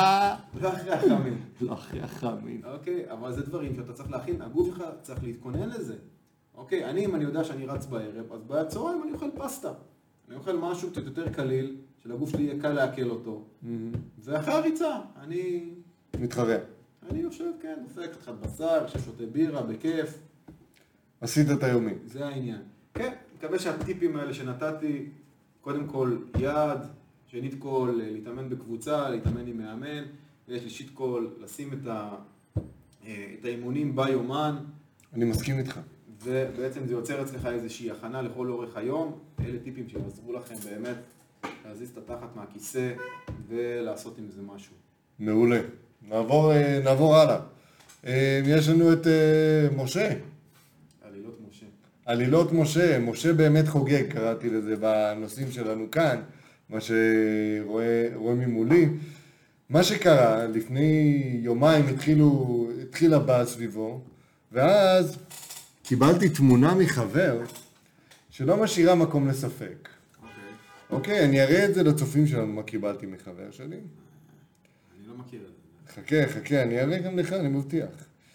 לא אחרי החמין. לא אחרי החמין. אוקיי, אבל זה דברים שאתה צריך להכין, הגוף שלך צריך להתכונן לזה. אוקיי, אני, אם אני יודע שאני רץ בערב, אז בצהריים אני אוכל פסטה. אני אוכל משהו קצת יותר קליל, שלגוף שלי יהיה קל להקל אותו. ואחרי הריצה, אני... מתחרע. אני יושב, כן, דופק קצת בשר, ששותה בירה, בכיף. עשית את היומי. זה העניין. כן, מקווה שהטיפים האלה שנתתי, קודם כל יד, שנית כל, להתאמן בקבוצה, להתאמן עם מאמן, ושלישית כל, לשים את, ה, את האימונים ביומן. אני מסכים איתך. ובעצם זה יוצר אצלך איזושהי הכנה לכל אורך היום. אלה טיפים שיעזרו לכם באמת להזיז את התחת מהכיסא ולעשות עם זה משהו. מעולה. נעבור, נעבור הלאה. יש לנו את משה. עלילות משה. עלילות משה. משה באמת חוגג, קראתי לזה בנושאים שלנו כאן, מה שרואה ממולי. מה שקרה, לפני יומיים התחילו, התחילה באה סביבו, ואז קיבלתי תמונה מחבר שלא משאירה מקום לספק. אוקיי. אוקיי, אני אראה את זה לצופים שלנו, מה קיבלתי מחבר שלי. אני לא מכיר את זה. חכה, חכה, אני אראה גם לך, אני מבטיח.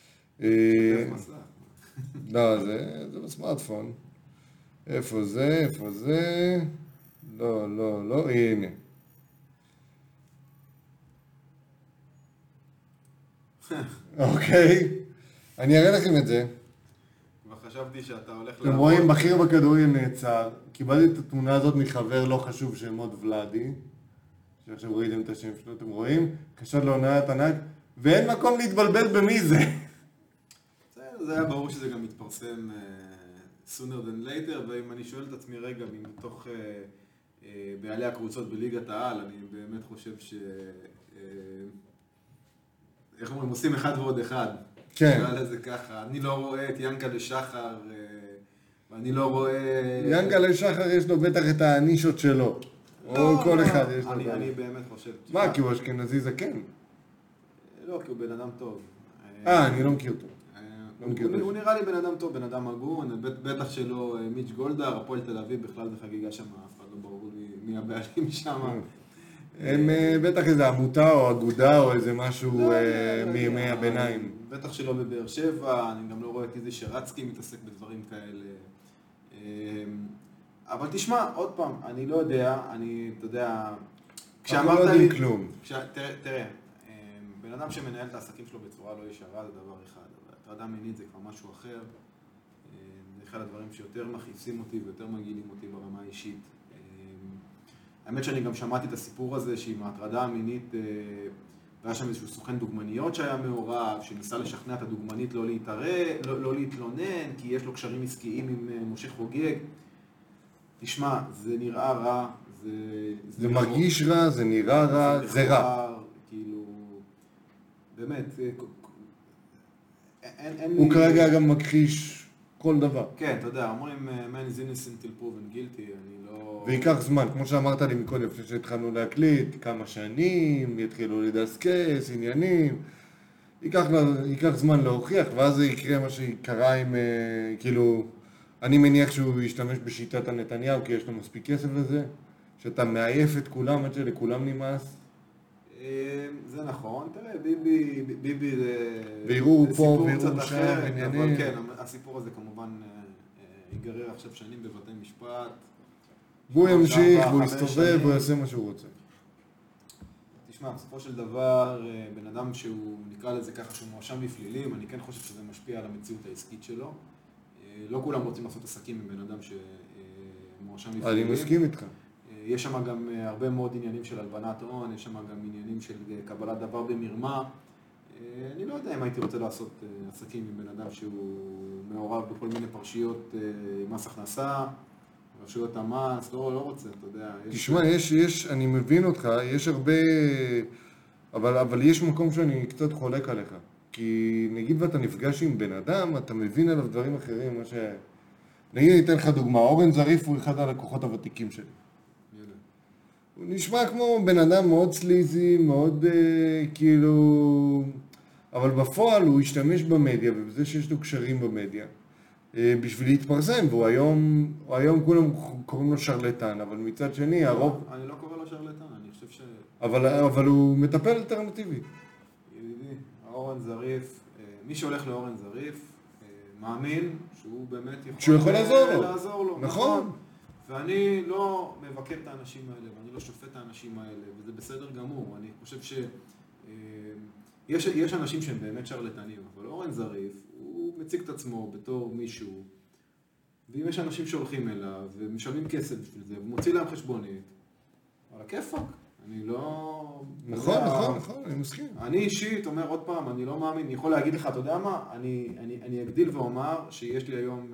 לא, זה בסמארטפון. איפה זה, איפה זה? לא, לא, לא, הנה. אוקיי, אני אראה לכם את זה. כבר חשבתי שאתה הולך לעבוד. אתם רואים, בכיר בכדורגל נעצר. קיבלתי את התמונה הזאת מחבר לא חשוב שמות ולדי. שעכשיו ראיתם את השם שלו, אתם רואים? קשת להונאת ענק, ואין מקום להתבלבל במי זה. זה היה ברור שזה גם מתפרסם sooner than later, ואם אני שואל את עצמי רגע, מתוך בעלי הקבוצות בליגת העל, אני באמת חושב ש... איך אומרים, עושים אחד ועוד אחד. כן. נראה לזה ככה, אני לא רואה את ינקלה שחר, ואני לא רואה... ינקלה שחר יש לו בטח את הנישות שלו. או כל אחד יש לו. אני באמת חושב... מה, כי הוא אשכנזי זקן. לא, כי הוא בן אדם טוב. אה, אני לא מכיר אותו. הוא נראה לי בן אדם טוב, בן אדם הגון, בטח שלו מיץ' גולדהר, הפועל תל אביב בכלל זה חגיגה שם, אף אחד לא ברור לי מי הבעלים שם. הם בטח איזה עמותה או אגודה או איזה משהו מימי הביניים. בטח שלא בבאר שבע, אני גם לא רואה את איזה שרצקי מתעסק בדברים כאלה. אבל תשמע, עוד פעם, אני לא יודע, אני, אתה יודע, כשאמרת לי... לא יודעים כלום. תראה, בן אדם שמנהל את העסקים שלו בצורה לא ישרה זה דבר אחד, אבל הטרדה מינית זה כבר משהו אחר. זה אחד הדברים שיותר מכעיסים אותי ויותר מגעילים אותי ברמה האישית. האמת שאני גם שמעתי את הסיפור הזה שעם ההטרדה המינית, והיה שם איזשהו סוכן דוגמניות שהיה מעורב, שניסה לשכנע את הדוגמנית לא להתערב, לא, לא להתלונן, כי יש לו קשרים עסקיים עם משה חוגג. תשמע, זה נראה רע, זה... זה, זה מרגיש רע, רע, זה נראה רע, זה, זה רע. כאילו, באמת, אין, אין הוא לי... כרגע גם מכחיש כל דבר. כן, אתה יודע, אומרים, man is innocent till proven guilty, אני לא... ויקח זמן, כמו שאמרת לי מקודם, לפני שהתחלנו להקליט, כמה שנים, יתחילו לדסקס, עניינים, ייקח, ייקח זמן להוכיח, ואז זה יקרה מה שקרה עם, כאילו, אני מניח שהוא ישתמש בשיטת הנתניהו, כי יש לו מספיק כסף לזה, שאתה מעייף את כולם, עד שלכולם נמאס. זה נכון, תראה, ביבי, ביבי זה... ויראו פה, ויראו שם, עניינים. אבל כן, הסיפור הזה כמובן ייגרר עכשיו שנים בבתי משפט. והוא ימשיך, והוא יסתובב, והוא יעשה מה שהוא רוצה. תשמע, בסופו של דבר, בן אדם שהוא נקרא לזה ככה שהוא מואשם בפלילים, אני כן חושב שזה משפיע על המציאות העסקית שלו. לא כולם רוצים לעשות עסקים עם בן אדם שמואשם בפלילים. אני מסכים איתך. יש שם גם הרבה מאוד עניינים של הלבנת הון, יש שם גם עניינים של קבלת דבר במרמה. אני לא יודע אם הייתי רוצה לעשות עסקים עם בן אדם שהוא מעורב בכל מיני פרשיות מס הכנסה, רשויות המס, לא, לא רוצה, אתה יודע. תשמע, יש, יש, אני מבין אותך, יש הרבה, אבל, אבל יש מקום שאני קצת חולק עליך. כי נגיד ואתה נפגש עם בן אדם, אתה מבין עליו דברים אחרים, מה ש... נגיד, אני אתן לך דוגמה, אורן זריף הוא אחד הלקוחות הוותיקים שלי. הוא נשמע כמו בן אדם מאוד סליזי, מאוד אה, כאילו... אבל בפועל הוא השתמש במדיה, ובזה שיש לו קשרים במדיה, אה, בשביל להתפרסם, והוא היום, הוא היום כולם קוראים לו שרלטן, אבל מצד שני, הרוב... אני לא קורא לו שרלטן, אני חושב ש... אבל, אבל הוא מטפל אלטרנטיבי. ידידי, אורן זריף, מי שהולך לאורן זריף, מאמין שהוא באמת יכול... שהוא יכול לעזור לו. לעזור לו. נכון. ואני לא מבקר את האנשים האלה, ואני לא שופט את האנשים האלה, וזה בסדר גמור. אני חושב ש... יש, יש אנשים שהם באמת שרלטנים, אבל אורן זריף, הוא מציג את עצמו בתור מישהו, ואם יש אנשים שהולכים אליו, ומשלמים כסף בשביל זה, ומוציא להם חשבונית, על הכיפק. אני לא... נכון, נכון, נכון, אני מסכים. אני אישית אומר עוד פעם, אני לא מאמין, אני יכול להגיד לך, אתה יודע מה? אני, אני, אני אגדיל ואומר שיש לי היום...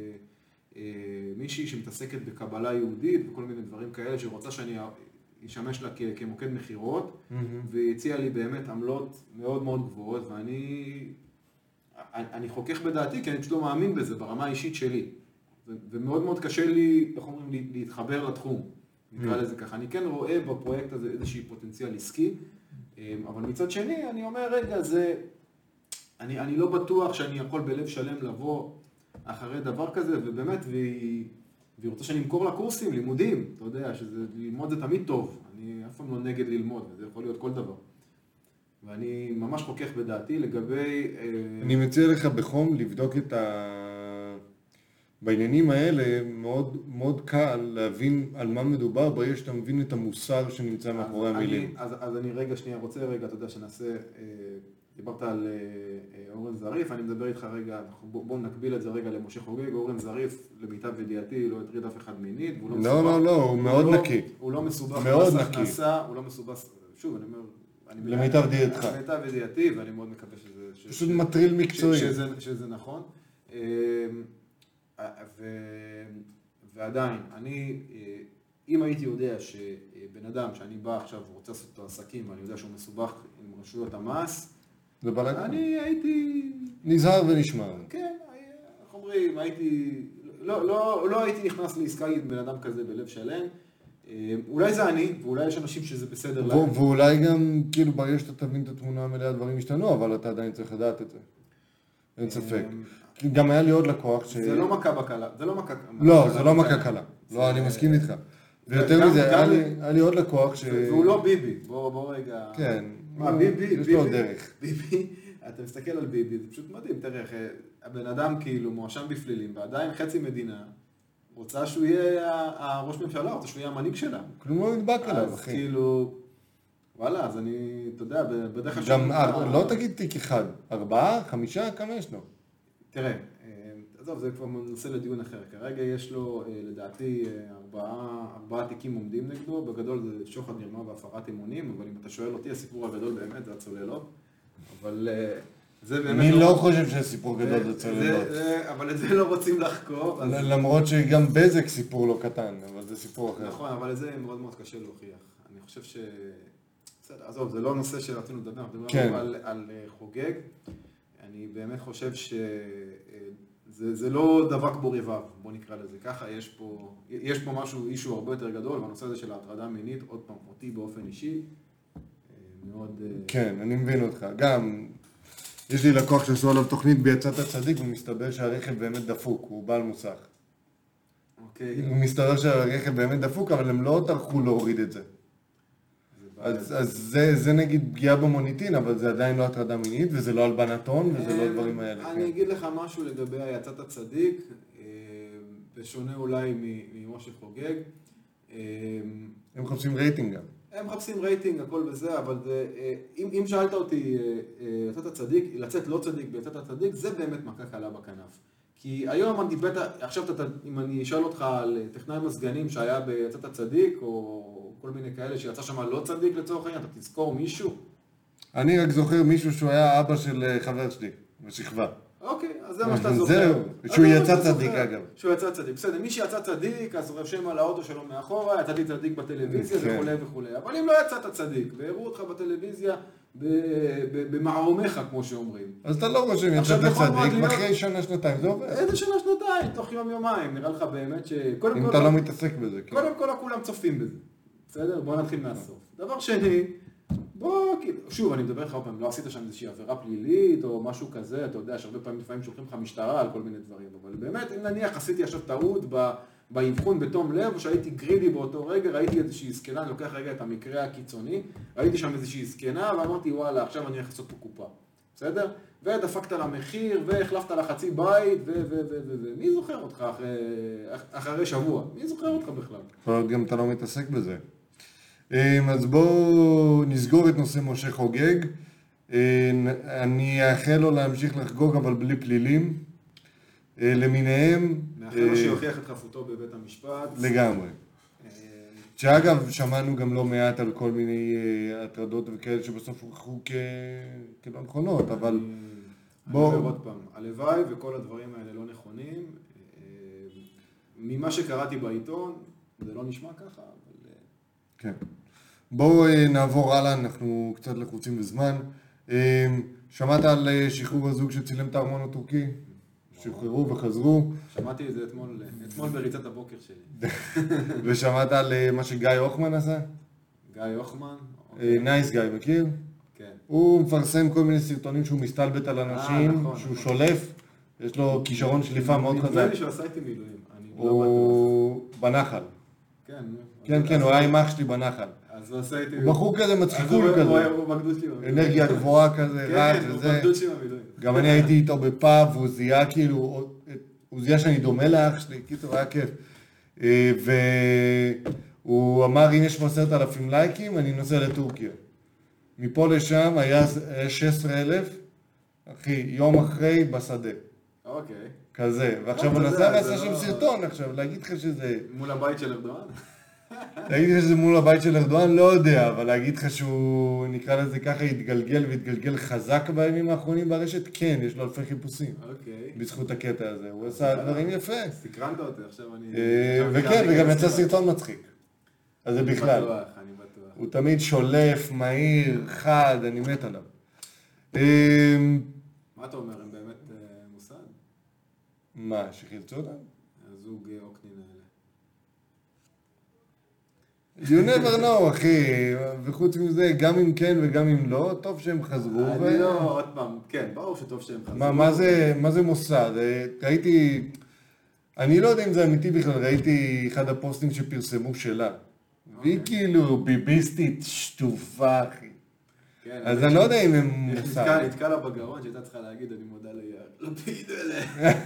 מישהי שמתעסקת בקבלה יהודית וכל מיני דברים כאלה שרוצה שאני אשמש לה כמוקד מחירות, והציעה לי באמת עמלות מאוד מאוד גבוהות, ואני אני חוכך בדעתי כי אני פשוט לא מאמין בזה ברמה האישית שלי, ומאוד מאוד קשה לי, איך אומרים, להתחבר לתחום, נקרא לזה ככה. אני כן רואה בפרויקט הזה איזושהי פוטנציאל עסקי, אבל מצד שני אני אומר, רגע, זה, אני, אני לא בטוח שאני יכול בלב שלם לבוא אחרי דבר כזה, ובאמת, והיא, והיא רוצה שאני אמכור לה קורסים, לימודים, אתה יודע, שללמוד זה תמיד טוב, אני אף פעם לא נגד ללמוד, וזה יכול להיות כל דבר. ואני ממש חוכך בדעתי לגבי... אני מציע לך בחום לבדוק את ה... בעניינים האלה מאוד, מאוד קל להבין על מה מדובר, ברגע שאתה מבין את המוסר שנמצא מאחורי המילים. אז, אז אני רגע שנייה רוצה רגע, אתה יודע, שנעשה... דיברת על אורן זריף, אני מדבר איתך רגע, בואו נקביל את זה רגע למשה חוגג. אורן זריף, למיטב ידיעתי, לא הטריד אף אחד מינית, והוא לא מסובך. לא, לא, לא, הוא מאוד נקי. הוא לא מסובך. מאוד נקי. הוא לא מסובך, שוב, אני אומר... למיטב ידיעתך. למיטב ידיעתי, ואני מאוד מקווה שזה... פשוט מטריל מקצועי. שזה נכון. ועדיין, אני, אם הייתי יודע שבן אדם שאני בא עכשיו ורוצה לעשות את העסקים, ואני יודע שהוא מסובך עם רשויות המס, אני הייתי... נזהר ונשמר. כן, איך אומרים, הייתי... לא, לא, לא הייתי נכנס לעסקה עם בן אדם כזה בלב שלם. אולי זה אני, ואולי יש אנשים שזה בסדר להם. ואולי גם, כאילו, ברגע שאתה תבין את התמונה המלאה, דברים השתנו, אבל אתה עדיין צריך לדעת את זה. אין ספק. גם היה לי עוד לקוח ש... זה לא מכה בקלה, זה לא מכה... לא, זה לא מכה קלה. לא, אני מסכים איתך. ויותר מזה, היה לי עוד לקוח ש... והוא לא ביבי, בוא רגע... כן. מה, ביבי? יש לו דרך. ביבי, אתה מסתכל על ביבי, זה פשוט מדהים, תראה, הבן אדם כאילו מואשם בפלילים, ועדיין חצי מדינה רוצה שהוא יהיה הראש ממשלה, רוצה שהוא יהיה המנהיג שלה. כלום לא נדבק עליו, אז אחי. כאילו... וואלה, אז אני, אתה יודע, בדרך כלל... גם, לא תגיד תיק אחד, ארבעה, חמישה, כמה יש לו? תראה, עזוב, זה כבר נושא לדיון אחר. כרגע יש לו, לדעתי, ארבעה, ארבעה תיקים עומדים נגדו. בגדול זה שוחד, מרמה והפרת אמונים, אבל אם אתה שואל אותי, הסיפור הגדול באמת זה הצוללות. אבל זה באמת... מי לא חושב שהסיפור גדול זה צוללות? אבל את זה לא רוצים לחקור. למרות שגם בזק סיפור לא קטן, אבל זה סיפור אחר. נכון, אבל את זה מאוד מאוד קשה להוכיח. אני חושב ש... בסדר, עזוב, זה לא נושא שרצינו לדבר, אנחנו מדברים על, על חוגג. אני באמת חושב שזה לא דבק בו רבב, בוא נקרא לזה ככה. יש פה, יש פה משהו, אישו הרבה יותר גדול, והנושא הזה של ההטרדה מינית, עוד פעם, אותי באופן אישי, מאוד... כן, אני מבין אותך. גם, יש לי לקוח שעשו עליו תוכנית ביצאת הצדיק, ומסתבר שהרכב באמת דפוק, הוא בעל מוסך. אוקיי. מסתבר שהרכב באמת דפוק, אבל הם לא טרחו להוריד את זה. אז, אז זה, זה נגיד פגיעה במוניטין, אבל זה עדיין לא הטרדה מינית, וזה לא הלבנת הון, וזה לא דברים האלה. אני אגיד לך משהו לגבי היצאת הצדיק, בשונה אולי ממשה חוגג. הם מחפשים רייטינג גם. הם מחפשים רייטינג, הכל בזה, אבל זה, אם, אם שאלת אותי, יצאת הצדיק, לצאת לא צדיק ביצאת הצדיק, זה באמת מכה קלה בכנף. כי היום אני בטח, עכשיו אם אני אשאל אותך על טכנאי מזגנים שהיה ביצאת הצדיק, או כל מיני כאלה שיצא שם לא צדיק לצורך העניין, אתה תזכור מישהו? אני רק זוכר מישהו שהוא היה אבא של חבר שלי, בשכבה. אוקיי, אז זה מה שאתה זוכר. זהו, שהוא יצא צדיק אגב. שהוא יצא צדיק, בסדר, מי שיצא צדיק, אז רשם על האוטו שלו מאחורה, יצאתי צדיק בטלוויזיה וכו' וכו'. אבל אם לא יצאת צדיק, והראו אותך בטלוויזיה במערומיך, כמו שאומרים. אז אתה לא רושם יצאת צדיק, אחרי שנה, שנתיים, זה עובר. איזה שנה, שנתיים, תוך יום, יומיים, נראה לך באמת ש... אם אתה לא מתעסק בזה. קודם כל, כולם צופים בזה. בסדר? בוא נתחיל מהסוף. דבר שני, בוא, שוב, אני מדבר לך עוד פעם, לא עשית שם איזושהי עבירה פלילית או משהו כזה, אתה יודע שהרבה פעמים לפעמים שולחים לך משטרה על כל מיני דברים, אבל באמת, אם נניח עשיתי עכשיו טעות באבחון בתום לב, או שהייתי גרידי באותו רגע, ראיתי איזושהי זקנה, אני לוקח רגע את המקרה הקיצוני, ראיתי שם איזושהי זקנה, ואמרתי, וואלה, עכשיו אני הולך לעשות פה קופה. בסדר? ודפקת לה מחיר, והחלפת לה חצי בית, ו... ו... ו... ו... ו... מי זוכר אותך אחרי, אחרי שבוע? מי זוכר אותך בכלל? יכול להיות גם אתה לא מתעסק בזה. אז בואו נסגור את נושא משה חוגג. אני אאחל לו להמשיך לחגוג, אבל בלי פלילים. למיניהם... מאחל לו שיוכיח את חפותו בבית המשפט. לגמרי. שאגב, שמענו גם לא מעט על כל מיני הטרדות וכאלה שבסוף הוכחו כלא נכונות, אבל בואו... אני אומר עוד פעם, הלוואי וכל הדברים האלה לא נכונים. ממה שקראתי בעיתון, זה לא נשמע ככה, אבל... כן. בואו נעבור הלאה, אנחנו קצת לחוצים בזמן. שמעת על שחרור הזוג שצילם את הארמון הטורקי? שחררו וחזרו. שמעתי את זה אתמול, אתמול בריצת הבוקר שלי. ושמעת על מה שגיא הוחמן עשה? גיא הוחמן? נייס גיא, מכיר? כן. הוא מפרסם כל מיני סרטונים שהוא מסתלבט על אנשים, שהוא שולף, יש לו כישרון שליפה מאוד חזק. נדמה לי שהוא עשה איתי מילואים, אני לא בטוח. הוא בנחל. כן, כן, כן, הוא היה עם אח שלי בנחל. אז הוא עשה איתי... הוא בחור כזה מצחיקול כזה. הוא בגדוד שלי במילואים. אנרגיה גבוהה כזה, רץ כן, וזה. הוא בגדוד שלי במילואים. גם אני הייתי איתו בפאב, והוא זיהה כאילו, הוא זיהה שאני דומה לאח שלי, קיצור, היה כיף. והוא אמר, אם יש פה עשרת אלפים לייקים, אני נוסע לטורקיה. מפה לשם היה שש עשרה אלף, אחי, יום אחרי בשדה. אוקיי. כזה, ועכשיו הוא נסע ועשה שם סרטון עכשיו, להגיד לך שזה... מול הבית של ארדואן? להגיד לך שזה מול הבית של ארדואן, לא יודע, אבל להגיד לך שהוא, נקרא לזה ככה, התגלגל והתגלגל חזק בימים האחרונים ברשת, כן, יש לו אלפי חיפושים. אוקיי. בזכות הקטע הזה, הוא עשה דברים יפה. סקרנת אותי, עכשיו אני... וכן, וגם יצא סרטון מצחיק. אז זה בכלל. אני בטוח, אני בטוח. הוא תמיד שולף, מהיר, חד, אני מת עליו. מה אתה אומר, הם באמת מוסד? מה, שחילצו אותם? הזוג אוקנין האלה. You never know, אחי, וחוץ מזה, גם אם כן וגם אם לא, טוב שהם חזרו. אני לא, עוד פעם, כן, ברור שטוב שהם חזרו. מה זה מוסד? ראיתי, אני לא יודע אם זה אמיתי בכלל, ראיתי אחד הפוסטים שפרסמו שלה. והיא כאילו ביביסטית שטופה, אחי. אז אני לא יודע אם הם מוסד. נתקע לה בגרון שהייתה צריכה להגיד, אני מודה ליאיר. לפיד אלה.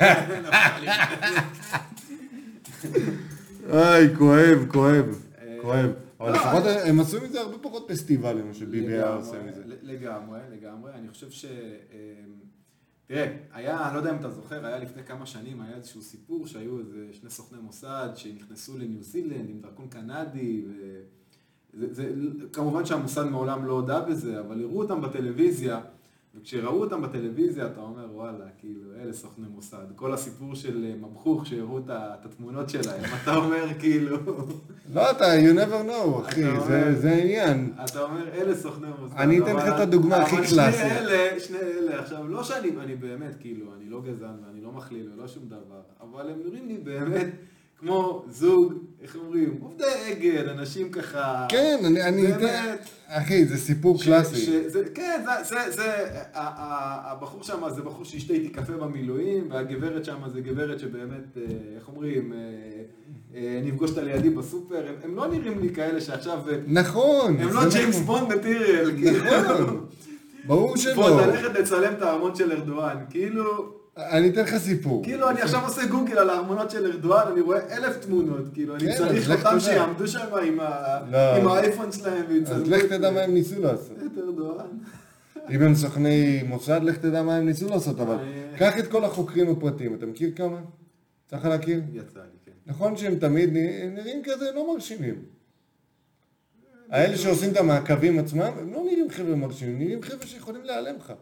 איי, כואב, כואב. כואב. אבל לפחות הם עשו מזה הרבה פחות פסטיבלים שביבי היה עושה מזה. לגמרי, לגמרי. אני חושב ש... תראה, היה, אני לא יודע אם אתה זוכר, היה לפני כמה שנים, היה איזשהו סיפור שהיו איזה שני סוכני מוסד שנכנסו לניו זילנד עם דרכון קנדי, וזה, כמובן שהמוסד מעולם לא הודע בזה, אבל הראו אותם בטלוויזיה, וכשראו אותם בטלוויזיה, אתה אומר, וואלה, כאילו, אלה סוכני מוסד. כל הסיפור של מבחוך, שהראו את התמונות שלהם, אתה אומר, כאילו... לא, אתה, you never know, אחי, זה העניין. אתה אומר, אלה סוכני מוסד. אני אתן לך את הדוגמה הכי קלאסית. אבל שני אלה, שני אלה, עכשיו, לא שאני, אני באמת, כאילו, אני לא גזען ואני לא מכליל ולא שום דבר, אבל הם נראים לי באמת... כמו זוג, איך אומרים, עובדי אגד, אנשים ככה... כן, אני... אחי, זה סיפור קלאסי. כן, זה... הבחור שם זה בחור שישתה איתי קפה במילואים, והגברת שם זה גברת שבאמת, איך אומרים, נפגוש אותה לידי בסופר, הם לא נראים לי כאלה שעכשיו... נכון. הם לא ג'יימס בונד מטיריאל, נכון. ברור שלא. בוא, תלכת לצלם את הארמון של ארדואן, כאילו... אני אתן לך סיפור. כאילו, אני עכשיו עושה גוגל על הארמונות של ארדואן, אני רואה אלף תמונות, כאילו, אני צריך אותם שיעמדו שם עם האייפון שלהם ויצלמו. אז לך תדע מה הם ניסו לעשות. את ארדואן. אם הם סוכני מוסד, לך תדע מה הם ניסו לעשות, אבל קח את כל החוקרים הפרטיים, אתה מכיר כמה? צריך להכיר? יצא לי, כן. נכון שהם תמיד נראים כזה לא מרשימים. האלה שעושים את המעקבים עצמם, הם לא נראים חבר'ה מרשימים, נראים חבר'ה שיכולים להיעלם לך.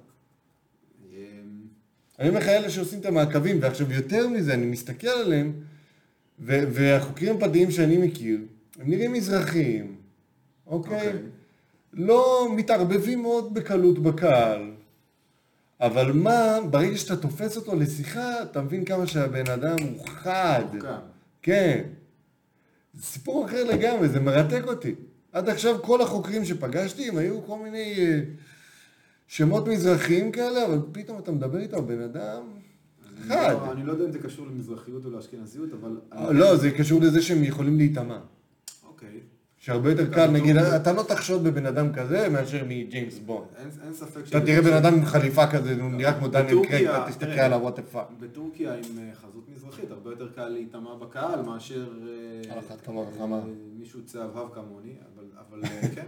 אני אומר לך, אלה שעושים את המעקבים, ועכשיו יותר מזה, אני מסתכל עליהם, והחוקרים הפרטיים שאני מכיר, הם נראים מזרחיים, אוקיי? לא מתערבבים מאוד בקלות בקהל, אבל מה, ברגע שאתה תופס אותו לשיחה, אתה מבין כמה שהבן אדם הוא חד. כן. זה סיפור אחר לגמרי, זה מרתק אותי. עד עכשיו כל החוקרים שפגשתי, הם היו כל מיני... שמות מזרחיים כאלה, אבל פתאום אתה מדבר איתה, בן אדם חד. אני לא יודע אם זה קשור למזרחיות או לאשכנזיות, אבל... לא, זה קשור לזה שהם יכולים להיטמע. אוקיי. שהרבה יותר קל, נגיד, אתה לא תחשוד בבן אדם כזה מאשר מג'יימס בונד. אין ספק ש... אתה תראה בן אדם עם חליפה כזה, הוא נראה כמו דניאל קרייג, אתה תסתכל עליו, what the fuck. בטורקיה עם חזות מזרחית, הרבה יותר קל להיטמע בקהל מאשר... על אחת כמה וכמה. מישהו צהבהב כמוני, אבל כן.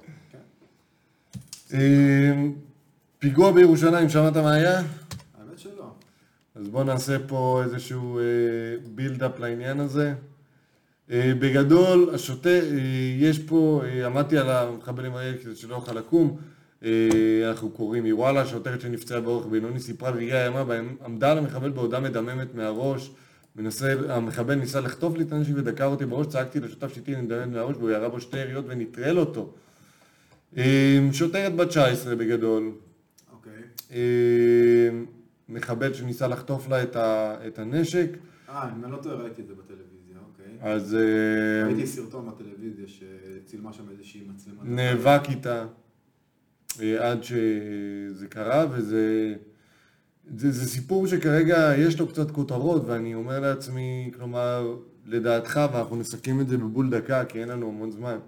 פיגוע בירושלים, שמעת מה היה? האמת שלא. אז בואו נעשה פה איזשהו בילדאפ לעניין הזה. בגדול, השוטר, יש פה, עמדתי על המחבל עם הילד כדי שלא יוכל לקום, אנחנו קוראים מוואלה, שוטרת שנפצעה באורך בינוני, סיפרה על רגעי הימה בהם עמדה על המחבל בעודה מדממת מהראש, מנסה, המחבל ניסה לחטוף לי את הנשק ודקר אותי בראש, צעקתי לשותף שאיתי נדמת מהראש והוא ירה בו שתי יריות ונטרל אותו. שוטרת בת תשע עשרה בגדול. אוקיי. מחבל שניסה לחטוף לה את הנשק. אה, אם אני לא טועה, ראיתי את זה בטלוויזיה, אוקיי. אז... ראיתי סרטון בטלוויזיה שצילמה שם איזושהי מצלמה. נאבק איתה עד שזה קרה, וזה... זה, זה סיפור שכרגע יש לו קצת כותרות, ואני אומר לעצמי, כלומר, לדעתך, ואנחנו נסכים את זה בבול דקה, כי אין לנו המון זמן.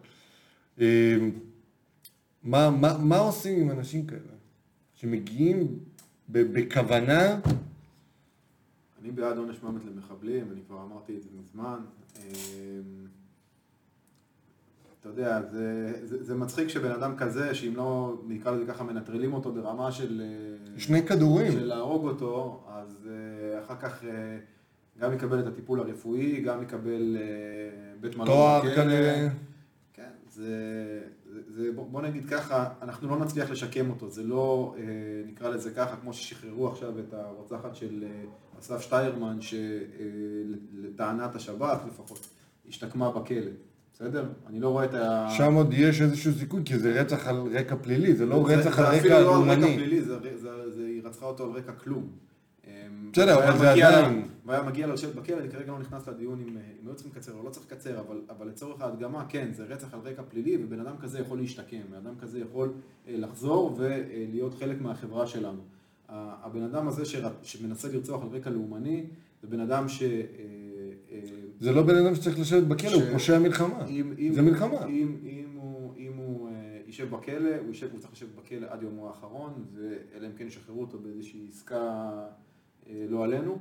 מה, מה, מה עושים עם אנשים כאלה? שמגיעים בכוונה? אני בעד עונש מוות למחבלים, אני כבר אמרתי את זה מזמן. אתה יודע, זה, זה, זה מצחיק שבן אדם כזה, שאם לא נקרא לזה ככה מנטרלים אותו ברמה של... שני כדורים. של להרוג אותו, אז אחר כך גם יקבל את הטיפול הרפואי, גם יקבל בית מלון. תואר כנראה. כן, זה... זה, בוא נגיד ככה, אנחנו לא נצליח לשקם אותו, זה לא, נקרא לזה ככה, כמו ששחררו עכשיו את הרוצחת של אסף שטיירמן, שלטענת השב"כ לפחות, השתקמה בכלא, בסדר? אני לא רואה את ה... שם עוד יש איזשהו סיכוי, כי זה רצח על רקע פלילי, זה לא רצח על רקע לאומני. זה אפילו לא על רקע פלילי, היא רצחה אותו על רקע כלום. בסדר, אבל זה עדיין. והיה מגיע לו לשבת בכלא, אני כרגע לא נכנס לדיון אם לא צריכים לקצר או לא צריך לקצר, אבל לצורך ההדגמה, כן, זה רצח על רקע פלילי, ובן אדם כזה יכול להשתקם, בן אדם כזה יכול לחזור ולהיות חלק מהחברה שלנו. הבן אדם הזה שמנסה לרצוח על רקע לאומני, זה בן אדם ש... זה לא בן אדם שצריך לשבת בכלא, הוא פושע מלחמה. זה מלחמה. אם הוא יישב בכלא, הוא צריך לשבת בכלא עד יומו האחרון, ואלה הם כן ישחררו אותו באיזושהי עסקה לא עלינו.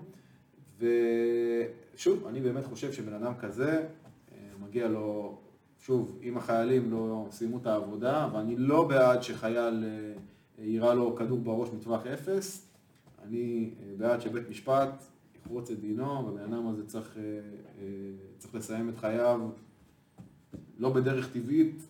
ושוב, אני באמת חושב שבן אדם כזה מגיע לו, שוב, אם החיילים לא סיימו את העבודה, ואני לא בעד שחייל יירה לו כדור בראש מטווח אפס, אני בעד שבית משפט יחרוץ את דינו, והבן אדם הזה צריך, צריך לסיים את חייו לא בדרך טבעית.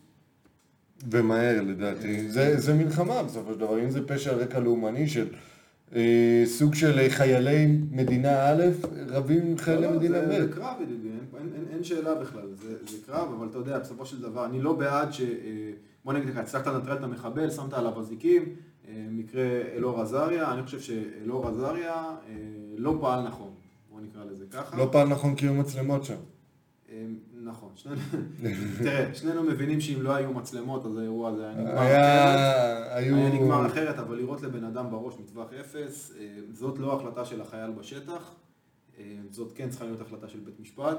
ומהר לדעתי. זה, זה מלחמה בסופו של דבר, אם זה פשע על רקע לאומני של אה, סוג של חיילי מדינה א' רבים עם חיילי לא, מדינה ב'. זה, זה קרב, ידידי, אין, אין, אין, אין שאלה בכלל, זה, זה קרב, אבל אתה יודע, בסופו של דבר, אני לא בעד ש... בוא נגיד לך, הצלחת לנטרל את המחבל, שמת עליו אזיקים, מקרה אלאור עזריה, אני חושב שאלאור עזריה לא פעל נכון, בוא נקרא לזה ככה. לא פעל נכון כי היו מצלמות שם. נכון, תראה, שנינו מבינים שאם לא היו מצלמות, אז האירוע הזה היה נגמר אחרת. היה נגמר אחרת, אבל לראות לבן אדם בראש מטווח אפס, זאת לא החלטה של החייל בשטח, זאת כן צריכה להיות החלטה של בית משפט.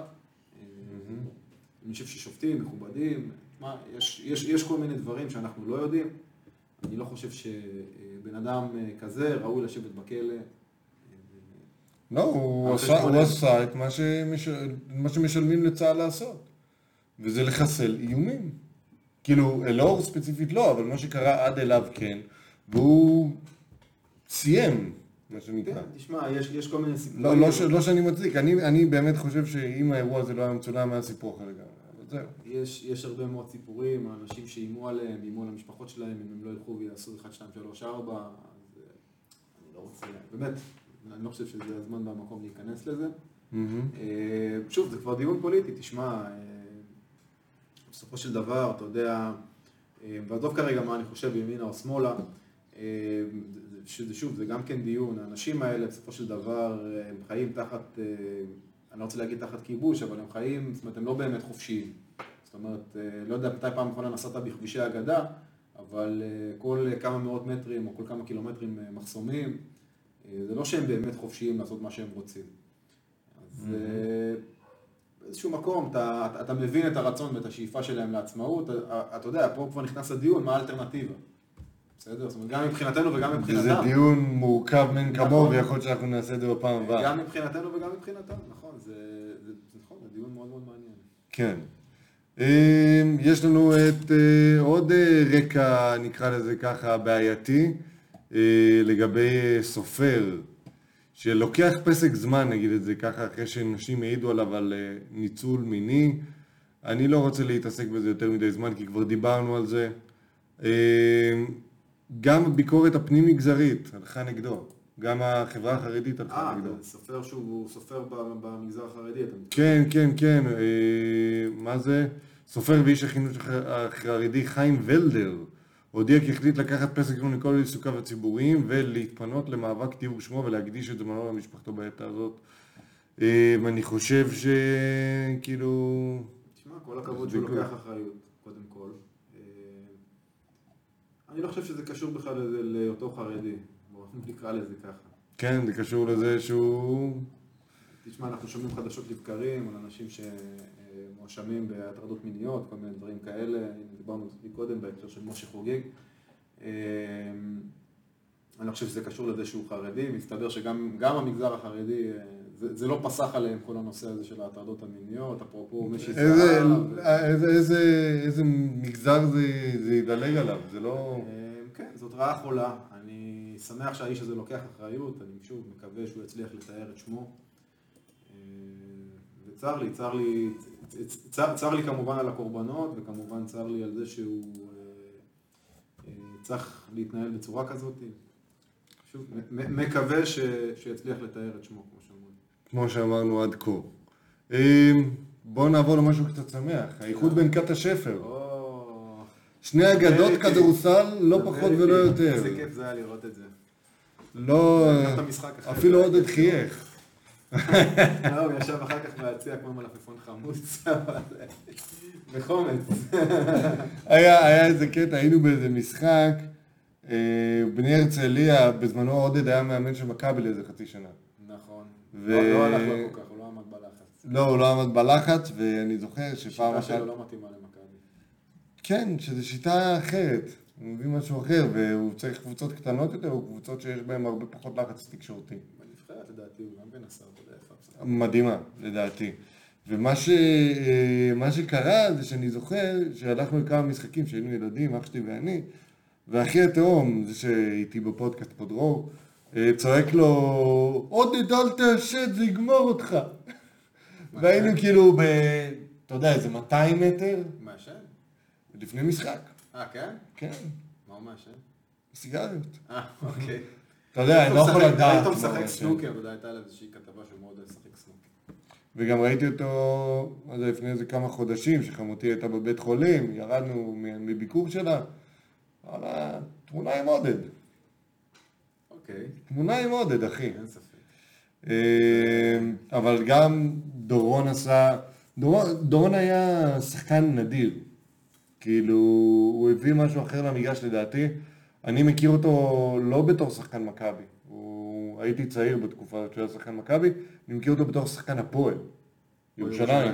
אני חושב ששופטים, מכובדים, יש כל מיני דברים שאנחנו לא יודעים. אני לא חושב שבן אדם כזה ראוי לשבת בכלא. לא, הוא עשה את מה שמשלמים לצה"ל לעשות, וזה לחסל איומים. כאילו, אלאור ספציפית לא, אבל מה שקרה עד אליו כן, והוא סיים, מה שנקרא. תשמע, יש כל מיני סיפורים. לא שאני מצדיק, אני באמת חושב שאם האירוע הזה לא היה מצולם, היה סיפור אחר לגמרי. יש, יש הרבה מאוד סיפורים, האנשים שאימו עליהם, אימו על המשפחות שלהם, אם הם לא ילכו ויעשו אחת, שתיים, שלוש, ארבע, אז אני לא רוצה, באמת, אני לא חושב שזה הזמן במקום להיכנס לזה. שוב, זה כבר דיון פוליטי, תשמע, בסופו של דבר, אתה יודע, ועזוב כרגע מה אני חושב ימינה או שמאלה, שזה שוב, זה גם כן דיון, האנשים האלה בסופו של דבר, הם חיים תחת, אני לא רוצה להגיד תחת כיבוש, אבל הם חיים, זאת אומרת, הם לא באמת חופשיים. זאת אומרת, לא יודע מתי פעם אחרונה נסעת בכבישי הגדה, אבל כל כמה מאות מטרים או כל כמה קילומטרים מחסומים, זה לא שהם באמת חופשיים לעשות מה שהם רוצים. אז באיזשהו מקום, אתה, אתה מבין את הרצון ואת השאיפה שלהם לעצמאות, אתה יודע, פה כבר נכנס לדיון, מה האלטרנטיבה? בסדר? זאת אומרת, גם מבחינתנו וגם מבחינתם. זה דיון מורכב מן כמוהו, ויכול להיות שאנחנו נעשה את זה בפעם הבאה. גם מבחינתנו וגם מבחינתם, נכון, זה, זה, זה נכון, זה דיון מאוד מאוד מעניין. כן. יש לנו את עוד רקע, נקרא לזה ככה, בעייתי, לגבי סופר, שלוקח פסק זמן, נגיד את זה ככה, אחרי שנשים העידו עליו על ניצול מיני. אני לא רוצה להתעסק בזה יותר מדי זמן, כי כבר דיברנו על זה. גם הביקורת הפנים מגזרית הלכה נגדו, גם החברה החרדית הלכה נגדו. אה, זה סופר שהוא סופר במגזר החרדי, אתה מתכוון? כן, כן, כן. מה זה? סופר ואיש החינוך החרדי חיים ולדר הודיע כי החליט לקחת פסק זמן מכל עיסוקיו הציבוריים ולהתפנות למאבק טיהור שמו ולהקדיש את זמנו למשפחתו בעת הזאת. ואני חושב שכאילו... תשמע, כל הכבוד שהוא לוקח אחריות, קודם כל. אני לא חושב שזה קשור בכלל לאותו חרדי, בואו נקרא לזה ככה. כן, זה קשור לזה שהוא... תשמע, אנחנו שומעים חדשות לבקרים על אנשים שמואשמים בהטרדות מיניות, כל מיני דברים כאלה, דיברנו קודם בהקשר של משה חוגג. אני לא חושב שזה קשור לזה שהוא חרדי, מסתבר שגם המגזר החרדי, זה, זה לא פסח עליהם כל הנושא הזה של ההטרדות המיניות, אפרופו משי זהב. איזה, איזה, איזה מגזר זה, זה ידלג עליו, זה לא... כן, זאת רעה חולה. אני שמח שהאיש הזה לוקח אחריות, אני שוב מקווה שהוא יצליח לתאר את שמו. וצר לי, צר לי, צר, צר לי כמובן על הקורבנות, וכמובן צר לי על זה שהוא צריך להתנהל בצורה כזאת. שוב, מקווה ש, שיצליח לתאר את שמו, כמו שאמרנו. כמו שאמרנו עד כה. בואו נעבור למשהו קצת שמח, האיחוד בין קאטה שפר. שני אגדות כדורסל, לא פחות ולא יותר. איזה כיף זה היה לראות את זה. לא, אפילו עודד חייך. לא, הוא ישב אחר כך להציע כמו מלפפון חמוץ, אבל בחומץ. היה איזה קטע, היינו באיזה משחק, בני הרצליה, בזמנו עודד היה מאמן של מכבי לאיזה חצי שנה. נכון. לא הלך לו כל כך, הוא לא עמד בלחץ. לא, הוא לא עמד בלחץ, ואני זוכר שפעם אחת... שיטה שלו לא מתאימה למכבי. כן, שזו שיטה אחרת. הוא מביא משהו אחר, והוא צריך קבוצות קטנות יותר, או קבוצות שיש בהן הרבה פחות לחץ תקשורתי. בנבחרת, לדעתי, הוא גם בן עשר, אתה יודע איפה. מדהימה, לדעתי. ומה ש... מה שקרה זה שאני זוכר שהלכנו לכמה משחקים שהיינו ילדים, אח שלי ואני, ואחי התאום, זה שהייתי בפודקאסט פודרור, צועק לו, עודד אל תעשת, זה יגמור אותך. והיינו כאילו ב... אתה יודע, איזה מאתיים מטר. מעשן? לפני משחק. אה, כן? כן. מה הוא מעשן? סיגריות. אה, אוקיי. אתה יודע, אני לא יכול לדעת. היית משחק סנוקר, אתה יודע, הייתה לה איזושהי כתבה שהוא מאוד לשחק סנוקר. וגם ראיתי אותו, לפני איזה כמה חודשים, שחמותי הייתה בבית חולים, ירדנו מביקור שלה, וואלה, תמונה עם עודד. אוקיי. תמונה עם עודד, אחי. אין ספק. אבל גם דורון עשה, דורון היה שחקן נדיר. כאילו, הוא הביא משהו אחר למגרש לדעתי. אני מכיר אותו לא בתור שחקן מכבי. הייתי צעיר בתקופה שהוא היה שחקן מכבי, אני מכיר אותו בתור שחקן הפועל. ירושלים.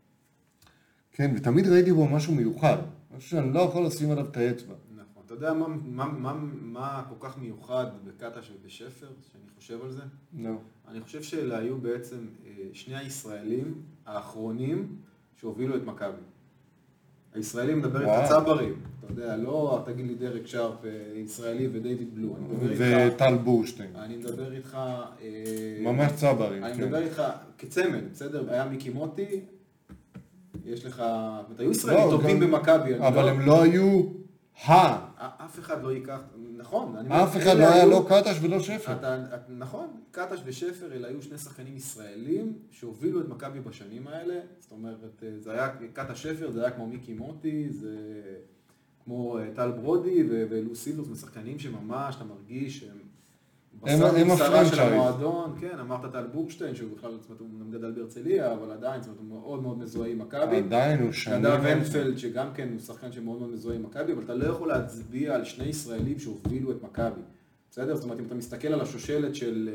כן, ותמיד ראיתי בו משהו מיוחד. משהו שאני לא יכול לשים עליו את האצבע. נכון. אתה יודע מה, מה, מה, מה כל כך מיוחד בקטש ובשפר, שאני חושב על זה? לא. אני חושב שאלה היו בעצם שני הישראלים האחרונים שהובילו את מכבי. הישראלים מדבר את הצברים, אתה יודע, לא תגיד לי דרק שרפ ישראלי ודייוויד בלו, וטל בורשטיין. אני מדבר איתך... ממש צברים. אני מדבר איתך כצמד, בסדר? היה מיקי מוטי, יש לך... היו ישראלים טובים במכבי. אבל הם לא היו ה... אף אחד לא ייקח... נכון. אף אחד לא היה לא קטש ולא שפר. נכון, קטש ושפר אלה היו שני שחקנים ישראלים שהובילו את מכבי בשנים האלה. זאת אומרת, זה היה קטש שפר, זה היה כמו מיקי מוטי, זה כמו טל ברודי ולו סילבוס, משחקנים שממש, אתה מרגיש שהם הם בשרה של המועדון. כן, אמרת טל בורשטיין, שהוא בכלל, זאת אומרת, הוא גדל בהרצליה, אבל עדיין, זאת אומרת, הוא מאוד מאוד מזוהה עם מכבי. עדיין הוא שנים. נדב ונפלד, שגם כן הוא שחקן שמאוד מאוד מזוהה עם מכבי, אבל אתה לא יכול להצביע על שני ישראלים שהובילו את מכבי. בסדר? זאת אומרת, אם אתה מסתכל על השושלת של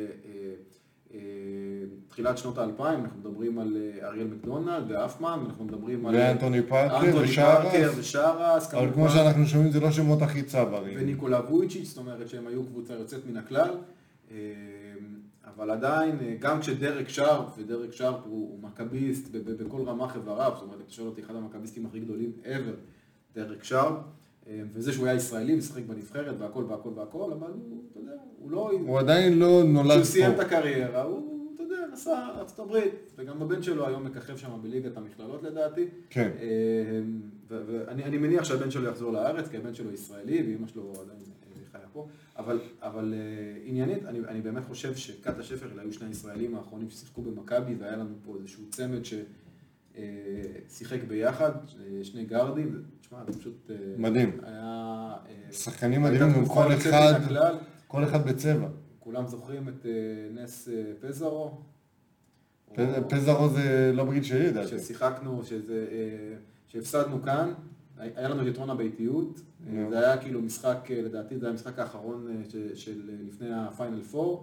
תחילת שנות האלפיים, אנחנו מדברים על אריאל מקדונלד ואפמן, אנחנו מדברים על... ואנטוני פארקר ושרס. אבל כמו שאנחנו שומעים, זה לא שמות הכי צברים. וניקולה וויצ'יץ', זאת אומרת שהם היו קבוצה יוצאת מן הכלל. אבל עדיין, גם כשדרק שרפ, ודרק שרפ הוא מכביסט בכל רמה חבריו, זאת אומרת, אתה שואל אותי, אחד המכביסטים הכי גדולים ever, דרק שרפ, וזה שהוא היה ישראלי, משחק בנבחרת והכל והכל והכל, אבל הוא, אתה יודע, הוא לא... הוא עדיין לא נולד פה. כשהוא סיים את הקריירה, הוא, אתה יודע, נסע ארצות הברית, וגם הבן שלו היום מככב שם בליגת המכללות לדעתי. כן. ואני מניח שהבן שלו יחזור לארץ, כי הבן שלו ישראלי, ואמא שלו עדיין חיה פה. אבל, אבל עניינית, אני, אני באמת חושב שקטש שפר אלה היו שני הישראלים האחרונים ששיחקו במכבי, והיה לנו פה איזשהו צמד ששיחק ביחד, שני גארדים, תשמע, זה פשוט... מדהים. היה... שחקנים מדהימים, כל אחד, כל אחד בצבע. כולם זוכרים את נס פזרו. פזרו זה לא בגיל שלי, דעתי. ששיחקנו, שזה, שהפסדנו כאן. היה לנו יתרון הביתיות, זה היה כאילו משחק, לדעתי זה היה המשחק האחרון של לפני הפיינל פור,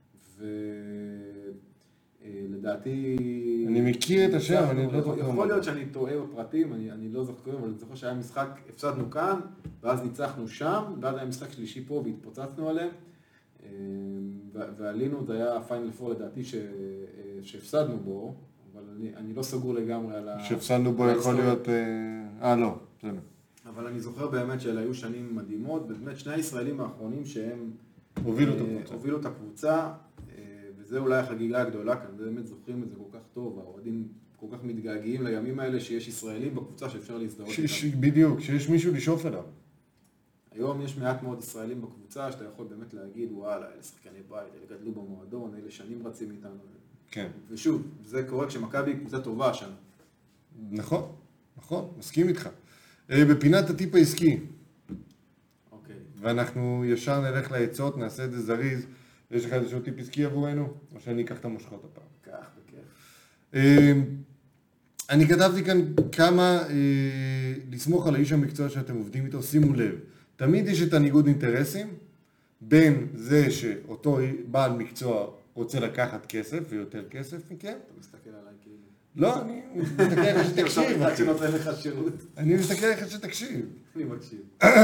ולדעתי... אני מכיר את השם, אני לא זוכר. יכול להיות שאני טועה בפרטים, אני לא זוכר, אבל אני זוכר שהיה משחק, הפסדנו כאן, ואז ניצחנו שם, ואז היה משחק שלישי פה והתפוצצנו עליהם, ועלינו, זה היה הפיינל פור לדעתי שהפסדנו בו, אבל אני לא סגור לגמרי על ה... שהפסדנו בו יכול להיות... אה, לא, זה לא. אבל אני זוכר באמת שאלה היו שנים מדהימות, באמת שני הישראלים האחרונים שהם הובילו את הקבוצה. הובילו את הקבוצה, וזה אולי החגיגה הגדולה כאן, באמת זוכרים את זה כל כך טוב, האוהדים כל כך מתגעגעים לימים האלה שיש ישראלים בקבוצה שאפשר להזדהות איתם. בדיוק, שיש מישהו לשאוף אליו. היום יש מעט מאוד ישראלים בקבוצה שאתה יכול באמת להגיד, וואלה, אלה שחקני בית, אלה גדלו במועדון, אלה שנים רצים איתנו. כן. ושוב, זה קורה כשמכבי קבוצה טובה שם. נכון, נכון, מסכים איתך. בפינת הטיפ העסקי. אוקיי. ואנחנו ישר נלך לעצות, נעשה את זה זריז. יש לך איזשהו טיפ עסקי עבורנו, או שאני אקח את המושכות הפעם? כך, בכיף. אני כתבתי כאן כמה, לסמוך על האיש המקצוע שאתם עובדים איתו, שימו לב, תמיד יש את הניגוד אינטרסים, בין זה שאותו בעל מקצוע רוצה לקחת כסף ויותר כסף מכם. אתה מסתכל עליי כאילו. לא, אני מסתכל עליך שתקשיב. אתה שנותן לך שירות. אני מסתכל עליך שתקשיב. אני מקשיב.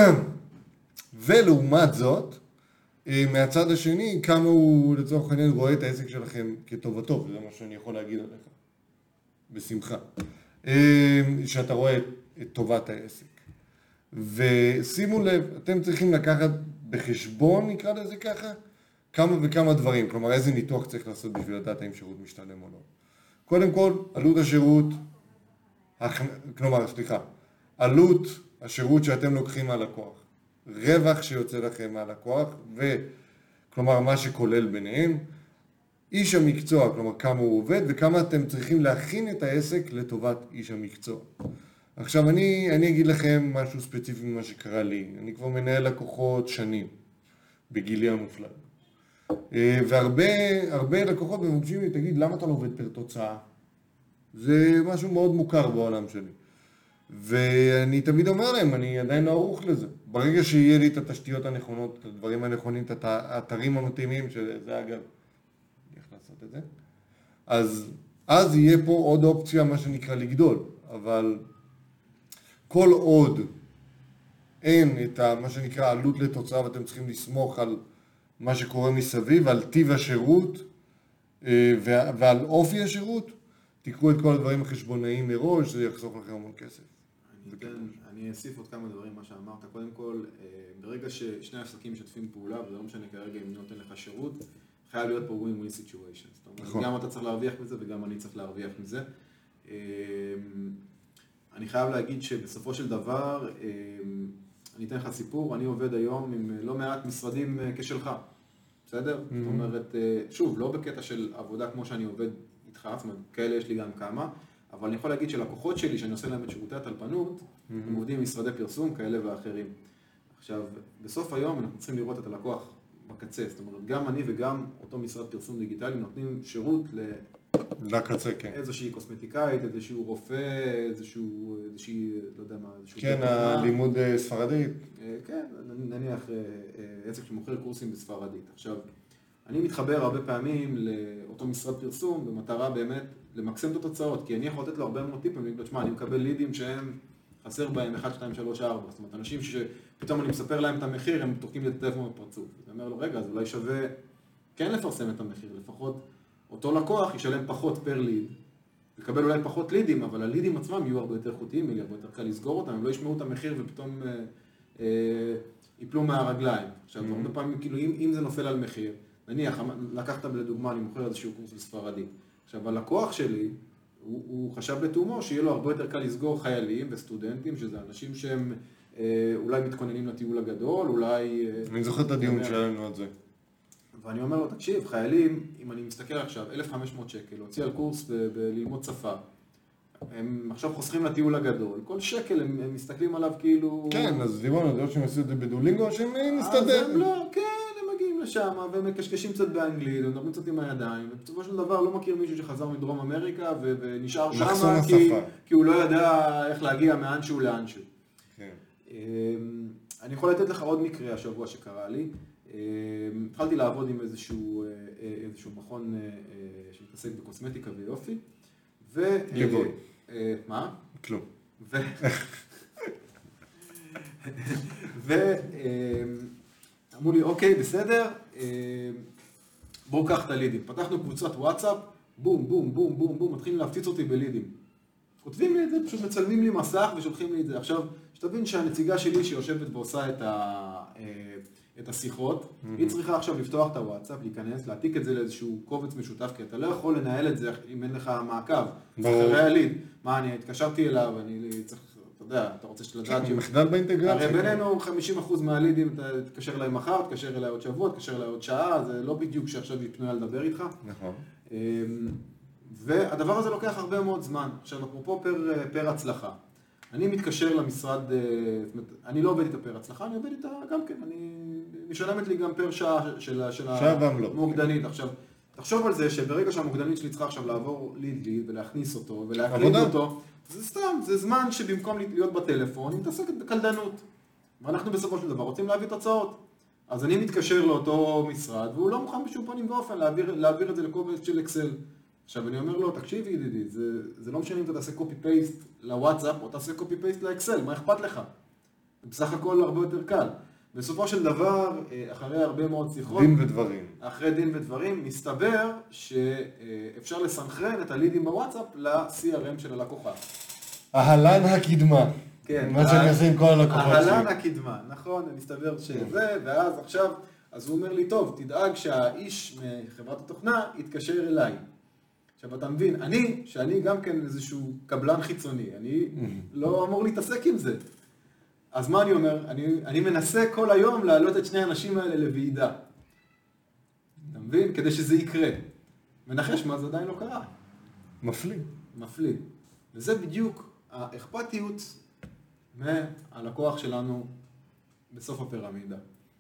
ולעומת זאת, מהצד השני, כמה הוא לצורך העניין רואה את העסק שלכם כטובתו, וזה מה שאני יכול להגיד עליך. בשמחה. שאתה רואה את טובת העסק. ושימו לב, אתם צריכים לקחת בחשבון, נקרא לזה ככה, כמה וכמה דברים. כלומר, איזה ניתוח צריך לעשות בשביל לדעת האם שירות משתלם או לא. קודם כל, עלות השירות, כלומר, סליחה, עלות השירות שאתם לוקחים מהלקוח, רווח שיוצא לכם מהלקוח, וכלומר, מה שכולל ביניהם, איש המקצוע, כלומר, כמה הוא עובד, וכמה אתם צריכים להכין את העסק לטובת איש המקצוע. עכשיו, אני, אני אגיד לכם משהו ספציפי ממה שקרה לי. אני כבר מנהל לקוחות שנים, בגילי המופלג. והרבה הרבה לקוחות מבקשים לי, תגיד, למה אתה לא עובד פר תוצאה? זה משהו מאוד מוכר בעולם שלי. ואני תמיד אומר להם, אני עדיין לא ערוך לזה. ברגע שיהיה לי את התשתיות הנכונות, את הדברים הנכונים, את האתרים המתאימים, שזה אגב, איך לעשות את זה? אז, אז יהיה פה עוד אופציה, מה שנקרא לגדול. אבל כל עוד אין את מה שנקרא עלות לתוצאה, ואתם צריכים לסמוך על מה שקורה מסביב, על טיב השירות ועל אופי השירות, תקחו את כל הדברים החשבונאיים מראש, זה יחסוך לכם המון כסף. אני, אתן, אני אוסיף עוד כמה דברים, מה שאמרת. קודם כל, ברגע ששני עסקים משתפים פעולה, וזה לא משנה כרגע אם נותן לך שירות, חייב להיות פה win-win situation. זאת אומרת, גם אתה צריך להרוויח מזה וגם אני צריך להרוויח מזה. אני חייב להגיד שבסופו של דבר, אני אתן לך סיפור, אני עובד היום עם לא מעט משרדים כשלך, בסדר? Mm-hmm. זאת אומרת, שוב, לא בקטע של עבודה כמו שאני עובד איתך, זאת אומרת, כאלה יש לי גם כמה, אבל אני יכול להגיד שלקוחות שלי, שאני עושה להם את שירותי הטלפנות, mm-hmm. הם עובדים עם משרדי פרסום כאלה ואחרים. עכשיו, בסוף היום אנחנו צריכים לראות את הלקוח בקצה, זאת אומרת, גם אני וגם אותו משרד פרסום דיגיטלי נותנים שירות ל... לקצה, כן. איזושהי קוסמטיקאית, איזשהו רופא, איזשהו, איזושהי, לא יודע מה, איזשהו... כן, הלימוד ספרדית. כן, נניח עסק שמוכר קורסים בספרדית. עכשיו, אני מתחבר הרבה פעמים לאותו משרד פרסום במטרה באמת למקסם את התוצאות, כי אני יכול לתת לו הרבה מאוד טיפים, אני אגיד, אני מקבל לידים שהם חסר בהם אחת, שתיים, שלוש, ארבע. זאת אומרת, אנשים שפתאום אני מספר להם את המחיר, הם תוקעים לי את הטלפון בפרצוף. אני אומר לו, רגע, אז אולי שווה כן לפרסם את המחיר, לפחות אותו לקוח ישלם פחות פר ליד, יקבל אולי פחות לידים, אבל הלידים עצמם יהיו הרבה יותר איכותיים, יהיה הרבה יותר קל לסגור אותם, הם לא ישמעו את המחיר ופתאום אה, אה, ייפלו מהרגליים. עכשיו, mm-hmm. הרבה פעמים, כאילו, אם, אם זה נופל על מחיר, נניח, לקחת לדוגמה, אני מוכר איזשהו קורס בספרדית. עכשיו, הלקוח שלי, הוא, הוא חשב לתאומו שיהיה לו הרבה יותר קל לסגור חיילים וסטודנטים, שזה אנשים שהם אה, אולי מתכוננים לטיול הגדול, אולי... אה, אני זוכר את הדיון שלנו על זה. ואני אומר לו, תקשיב, חיילים, אם אני מסתכל עכשיו, אלף וחמש מאות שקל, להוציא על קורס בללמוד שפה, הם עכשיו חוסכים לטיול הגדול, כל שקל הם, הם מסתכלים עליו כאילו... כן, אז דיברנו, זה לא שהם עשו את זה בדולינגו, או שהם מסתדר. אז הם לא, כן, הם מגיעים לשם, והם מקשקשים קצת באנגלית, הם מדברים קצת עם הידיים, ובסופו של דבר לא מכיר מישהו שחזר מדרום אמריקה, ונשאר שם, כי, כי הוא לא ידע איך להגיע מאנשהו לאנשהו. כן. אני יכול לתת לך עוד מקרה השבוע שקרה לי. התחלתי לעבוד עם איזשהו, איזשהו מכון שמתעסק בקוסמטיקה ויופי. לבוי. מה? כלום. ואמרו לי, אוקיי, בסדר, בואו קח את הלידים. פתחנו קבוצת וואטסאפ, בום, בום, בום, בום, בום, מתחילים להפציץ אותי בלידים. כותבים לי את זה, פשוט מצלמים לי מסך ושולחים לי את זה. עכשיו, שתבין שהנציגה שלי שיושבת ועושה את ה... את השיחות, mm-hmm. היא צריכה עכשיו לפתוח את הוואטסאפ, להיכנס, להעתיק את זה לאיזשהו קובץ משותף, כי אתה לא יכול לנהל את זה אם אין לך מעקב. אחרי הליד. מה, אני התקשרתי אליו, אני צריך, אתה יודע, אתה רוצה שלדעת ש... מחדל באינטגרציה. הרי בינינו חמישים אחוז מהלידים, אתה תתקשר אליי מחר, תתקשר אליי עוד שבוע, תתקשר אליי עוד שעה, זה לא בדיוק שעכשיו היא פנויה לדבר איתך. נכון. והדבר הזה לוקח הרבה מאוד זמן. עכשיו, אפרופו פר, פר הצלחה. אני מתקשר למשרד, זאת אומרת, אני לא עובד איתה פר הצלחה, אני עובד איתה גם כן, אני משלמת לי גם פר שעה של המוקדנית. עכשיו, תחשוב על זה שברגע שהמוקדנית שלי צריכה עכשיו לעבור ליד ליד ולהכניס אותו ולהקליד אותו, זה סתם, זה זמן שבמקום להיות בטלפון, היא מתעסקת בקלדנות. ואנחנו בסופו של דבר רוצים להביא תוצאות. אז אני מתקשר לאותו משרד, והוא לא מוכן בשום פנים ואופן להעביר, להעביר את זה לקובץ של אקסל. עכשיו אני אומר לו, תקשיב ידידי, זה, זה לא משנה אם אתה תעשה קופי פייסט לוואטסאפ או תעשה קופי פייסט לאקסל, מה אכפת לך? בסך הכל הרבה יותר קל. בסופו של דבר, אחרי הרבה מאוד שיחות, דין ודברים. אחרי דין ודברים, מסתבר שאפשר לסנכרן את הלידים בוואטסאפ ל-סי אר אם של הלקוחה. אהלן הקדמה. כן. מה שאני עושה עם כל הלקוחות שלי. אהלן הקדמה, נכון, מסתבר שזה, ואז עכשיו, אז הוא אומר לי, טוב, תדאג שהאיש מחברת התוכנה יתקשר אליי. עכשיו אתה מבין, אני, שאני גם כן איזשהו קבלן חיצוני, אני לא אמור להתעסק עם זה. אז מה אני אומר? אני, אני מנסה כל היום להעלות את שני האנשים האלה לוועידה. אתה מבין? כדי שזה יקרה. מנחש מה, זה עדיין לא קרה. מפליא. מפליא. וזה בדיוק האכפתיות מהלקוח שלנו בסוף הפירמידה.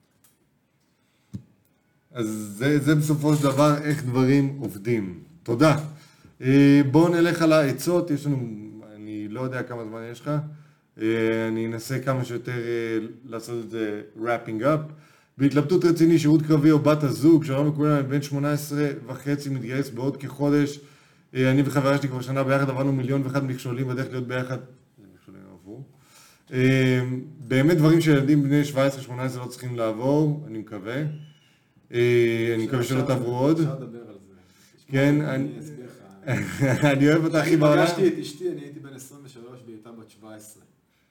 אז זה, זה בסופו של דבר איך דברים עובדים. תודה. בואו נלך על העצות, יש לנו, אני לא יודע כמה זמן יש לך, אני אנסה כמה שיותר לעשות את זה wrapping up. בהתלבטות רציני, שירות קרבי או בת הזוג, שלום לכולם, אני בן שמונה עשרה וחצי, מתגייס בעוד כחודש. אני וחברה שלי כבר שנה ביחד, עברנו מיליון ואחד מכשולים, בדרך להיות ביחד, זה מכשולים עבור. באמת דברים שילדים בני שבע עשרה שמונה עשרה לא צריכים לעבור, אני מקווה. אני מקווה שלא תעברו עוד. אפשר לדבר על זה. כן, אני אוהב אותה הכי בעולם. אני פגשתי את אשתי, אני הייתי בן עשרים ושלוש והיא בת שבע עשרה.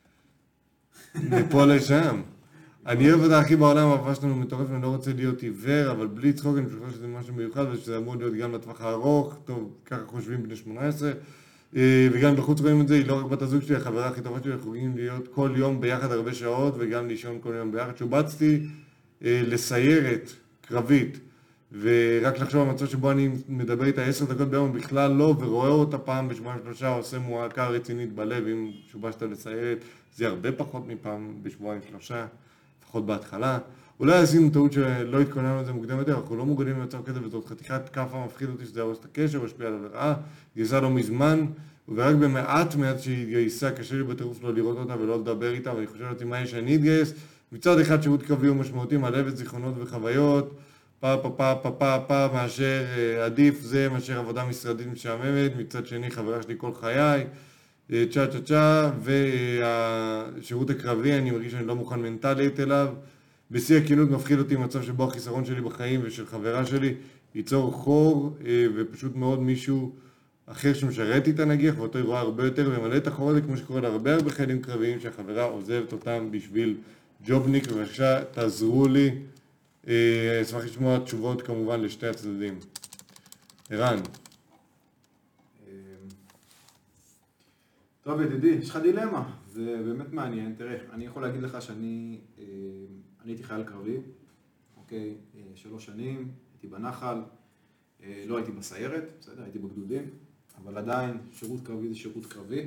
מפה לשם. אני אוהב אותה הכי בעולם, האהבה שלנו מטורפת, אני לא רוצה להיות עיוור, אבל בלי צחוק אני חושב שזה משהו מיוחד ושזה אמור להיות גם לטווח הארוך, טוב, ככה חושבים בני שמונה עשרה, וגם בחוץ רואים את זה, היא לא רק בת הזוג שלי, החברה הכי טובה שלי, אנחנו יכולים להיות כל יום ביחד הרבה שעות וגם לישון כל יום ביחד. שובצתי לסיירת קרבית, ורק לחשוב על מצב שבו אני מדבר איתה עשר דקות ביום בכלל לא, ורואה אותה פעם בשבועיים שלושה, עושה מועקה רצינית בלב. אם שובשת לסיירת, זה הרבה פחות מפעם בשבועיים שלושה, לפחות בהתחלה. אולי עשינו טעות שלא התכוננו לזה מוקדם יותר, אנחנו לא מוגנים במצב כזה, וזאת חתיכת כאפה מפחיד אותי שזה הרוס את הקשר, משפיע עליו לרעה, גייסה לא מזמן, ורק במעט מעט שהיא התגייסה, קשה לי בטירוף לא לראות אותה ולא לדבר איתה, ואני חושב אותי מה יש שאני אתגייס. מצד אחד שירות קרבי הוא משמעותי, מעלה את זיכרונות וחוויות, פה פה פה פה פה פה מאשר עדיף זה מאשר עבודה משרדית משעממת. מצד שני חברה שלי כל חיי, צ'ה צ'ה צ'ה, והשירות הקרבי אני מרגיש שאני לא מוכן מנטלית אליו. בשיא הכנות מפחיד אותי מצב שבו החיסרון שלי בחיים ושל חברה שלי ייצור חור, ופשוט מאוד מישהו אחר שמשרת איתה נגיח ואותו היא רואה הרבה יותר ומלא את החור הזה, כמו שקורה להרבה הרבה חיילים קרביים שהחברה עוזבת אותם בשביל ג'ובניק. ובבקשה תעזרו לי, אשמח לשמוע תשובות כמובן לשתי הצדדים. ערן. טוב ידידי, יש לך דילמה, זה באמת מעניין. תראה, אני יכול להגיד לך שאני אני הייתי חייל קרבי, אוקיי, שלוש שנים, הייתי בנחל, לא הייתי בסיירת, בסדר, הייתי בגדודים, אבל עדיין שירות קרבי זה שירות קרבי.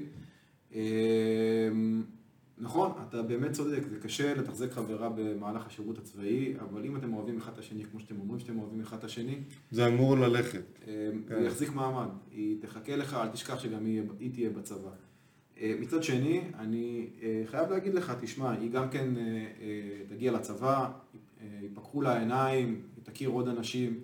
נכון, אתה באמת צודק, זה קשה לתחזק חברה במהלך השירות הצבאי, אבל אם אתם אוהבים אחד את השני, כמו שאתם אומרים שאתם אוהבים אחד את השני, זה אמור ללכת. זה יחזיק מעמד, היא תחכה לך, אל תשכח שגם היא תהיה בצבא. מצד שני, אני חייב להגיד לך, תשמע, היא גם כן תגיע לצבא, ייפקחו לה העיניים, היא תכיר עוד אנשים,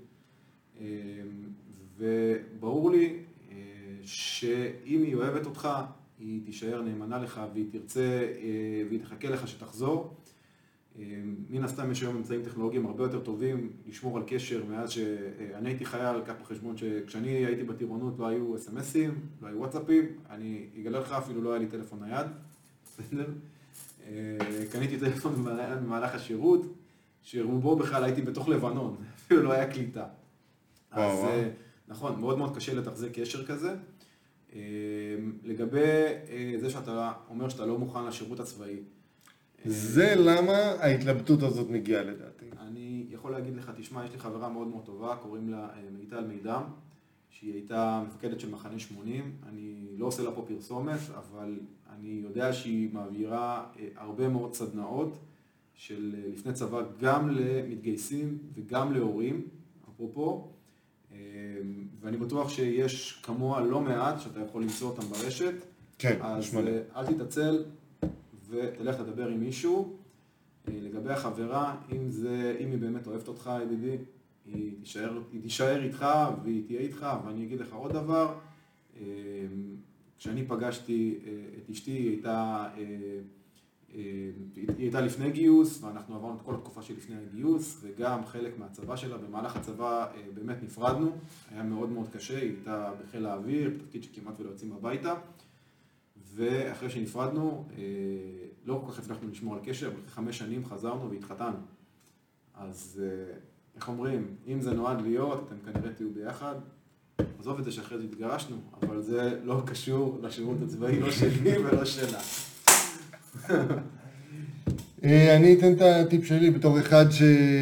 וברור לי שאם היא אוהבת אותך, היא תישאר נאמנה לך והיא תרצה והיא תחכה לך שתחזור. מן הסתם יש היום אמצעים טכנולוגיים הרבה יותר טובים לשמור על קשר. מאז שאני הייתי חייל, לקח בחשבון שכשאני הייתי בטירונות לא היו אס אם אסים, לא היו וואטסאפים, אני אגלה לך אפילו לא היה לי טלפון נייד. קניתי טלפון במהלך השירות, שרובו בכלל הייתי בתוך לבנון, אפילו לא היה קליטה. אז נכון, מאוד מאוד קשה לתחזק קשר כזה. לגבי זה שאתה אומר שאתה לא מוכן לשירות הצבאי. זה למה ההתלבטות הזאת מגיעה לדעתי. אני יכול להגיד לך, תשמע, יש לי חברה מאוד מאוד טובה, קוראים לה מיטל מידם, שהיא הייתה מפקדת של מחנה שמונים, אני לא עושה לה פה פרסומת, אבל אני יודע שהיא מעבירה הרבה מאוד סדנאות של לפני צבא, גם למתגייסים וגם להורים, אפרופו, ואני בטוח שיש כמוה לא מעט שאתה יכול למצוא אותם ברשת. כן, אז אל תתעצל ותלך לדבר עם מישהו. לגבי החברה, אם, זה, אם היא באמת אוהבת אותך, ידידי, היא תישאר, היא תישאר איתך והיא תהיה איתך, ואני אגיד לך עוד דבר, כשאני פגשתי את אשתי, היא הייתה, היא הייתה לפני גיוס, ואנחנו עברנו את כל התקופה שלפני הגיוס, וגם חלק מהצבא שלה, במהלך הצבא באמת נפרדנו, היה מאוד מאוד קשה, היא הייתה בחיל האוויר, בתפקיד שכמעט ולא יוצאים הביתה, ואחרי שנפרדנו, לא כל כך הצלחנו לשמור על קשר, אבל חמש שנים חזרנו והתחתנו. אז איך אומרים, אם זה נועד להיות, אתם כנראה תהיו ביחד, עזוב את זה שאחרי זה התגרשנו, אבל זה לא קשור לשירות הצבאי, לא שלי ולא שלה. אני אתן את הטיפ שלי בתור אחד ש...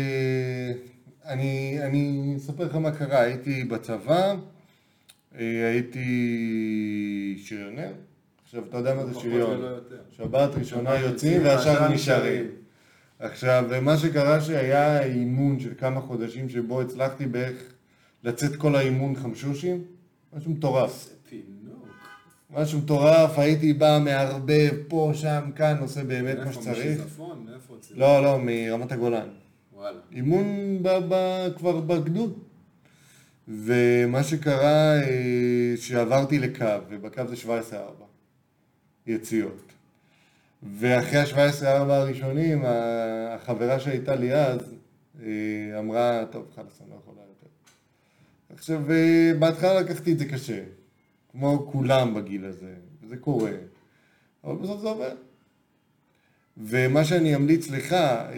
אני, אני אספר לך מה קרה, הייתי בצבא, הייתי שריונר, עכשיו אתה יודע מה זה שריון, שבת ראשונה יוצאים והשאר נשארים. עכשיו, מה שקרה שהיה אימון של כמה חודשים שבו הצלחתי בערך לצאת כל האימון חמשושים, משהו מטורף. משהו מטורף, הייתי בא מערבב פה, שם, כאן, עושה באמת מה שצריך. מאיפה, משיזפון? מאיפה אצלנו? לא, לא, מרמת הגולן. וואלה. אימון כבר בגדוד. ומה שקרה, שעברתי לקו, ובקו זה שבע עשרה ארבע יציאות. ואחרי ה-שבע עשרה ארבע הראשונים, החברה שהייתה לי אז, אמרה, טוב, חלס, אני לא יכולה יותר. עכשיו, בהתחלה לקחתי את זה קשה. כמו כולם בגיל הזה, וזה קורה, אבל בסוף זה עובר. ומה שאני אמליץ לך,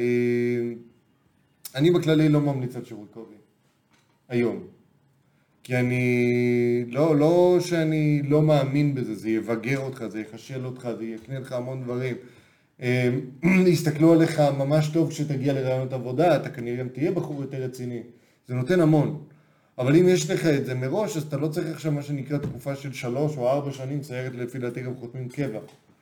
אני בכללי לא ממליץ על שירות קרבי, היום. כי אני, לא, לא שאני לא מאמין בזה, זה יבגר אותך, זה יחשל אותך, זה יקנה לך המון דברים. יסתכלו עליך ממש טוב כשתגיע לרעיונות עבודה, אתה כנראה תהיה בחור יותר רציני. זה נותן המון. אבל אם יש לך את זה מראש, אז אתה לא צריך עכשיו מה שנקרא תקופה של שלוש או ארבע שנים, ציירת לפי דעתי גם חותמים קבע.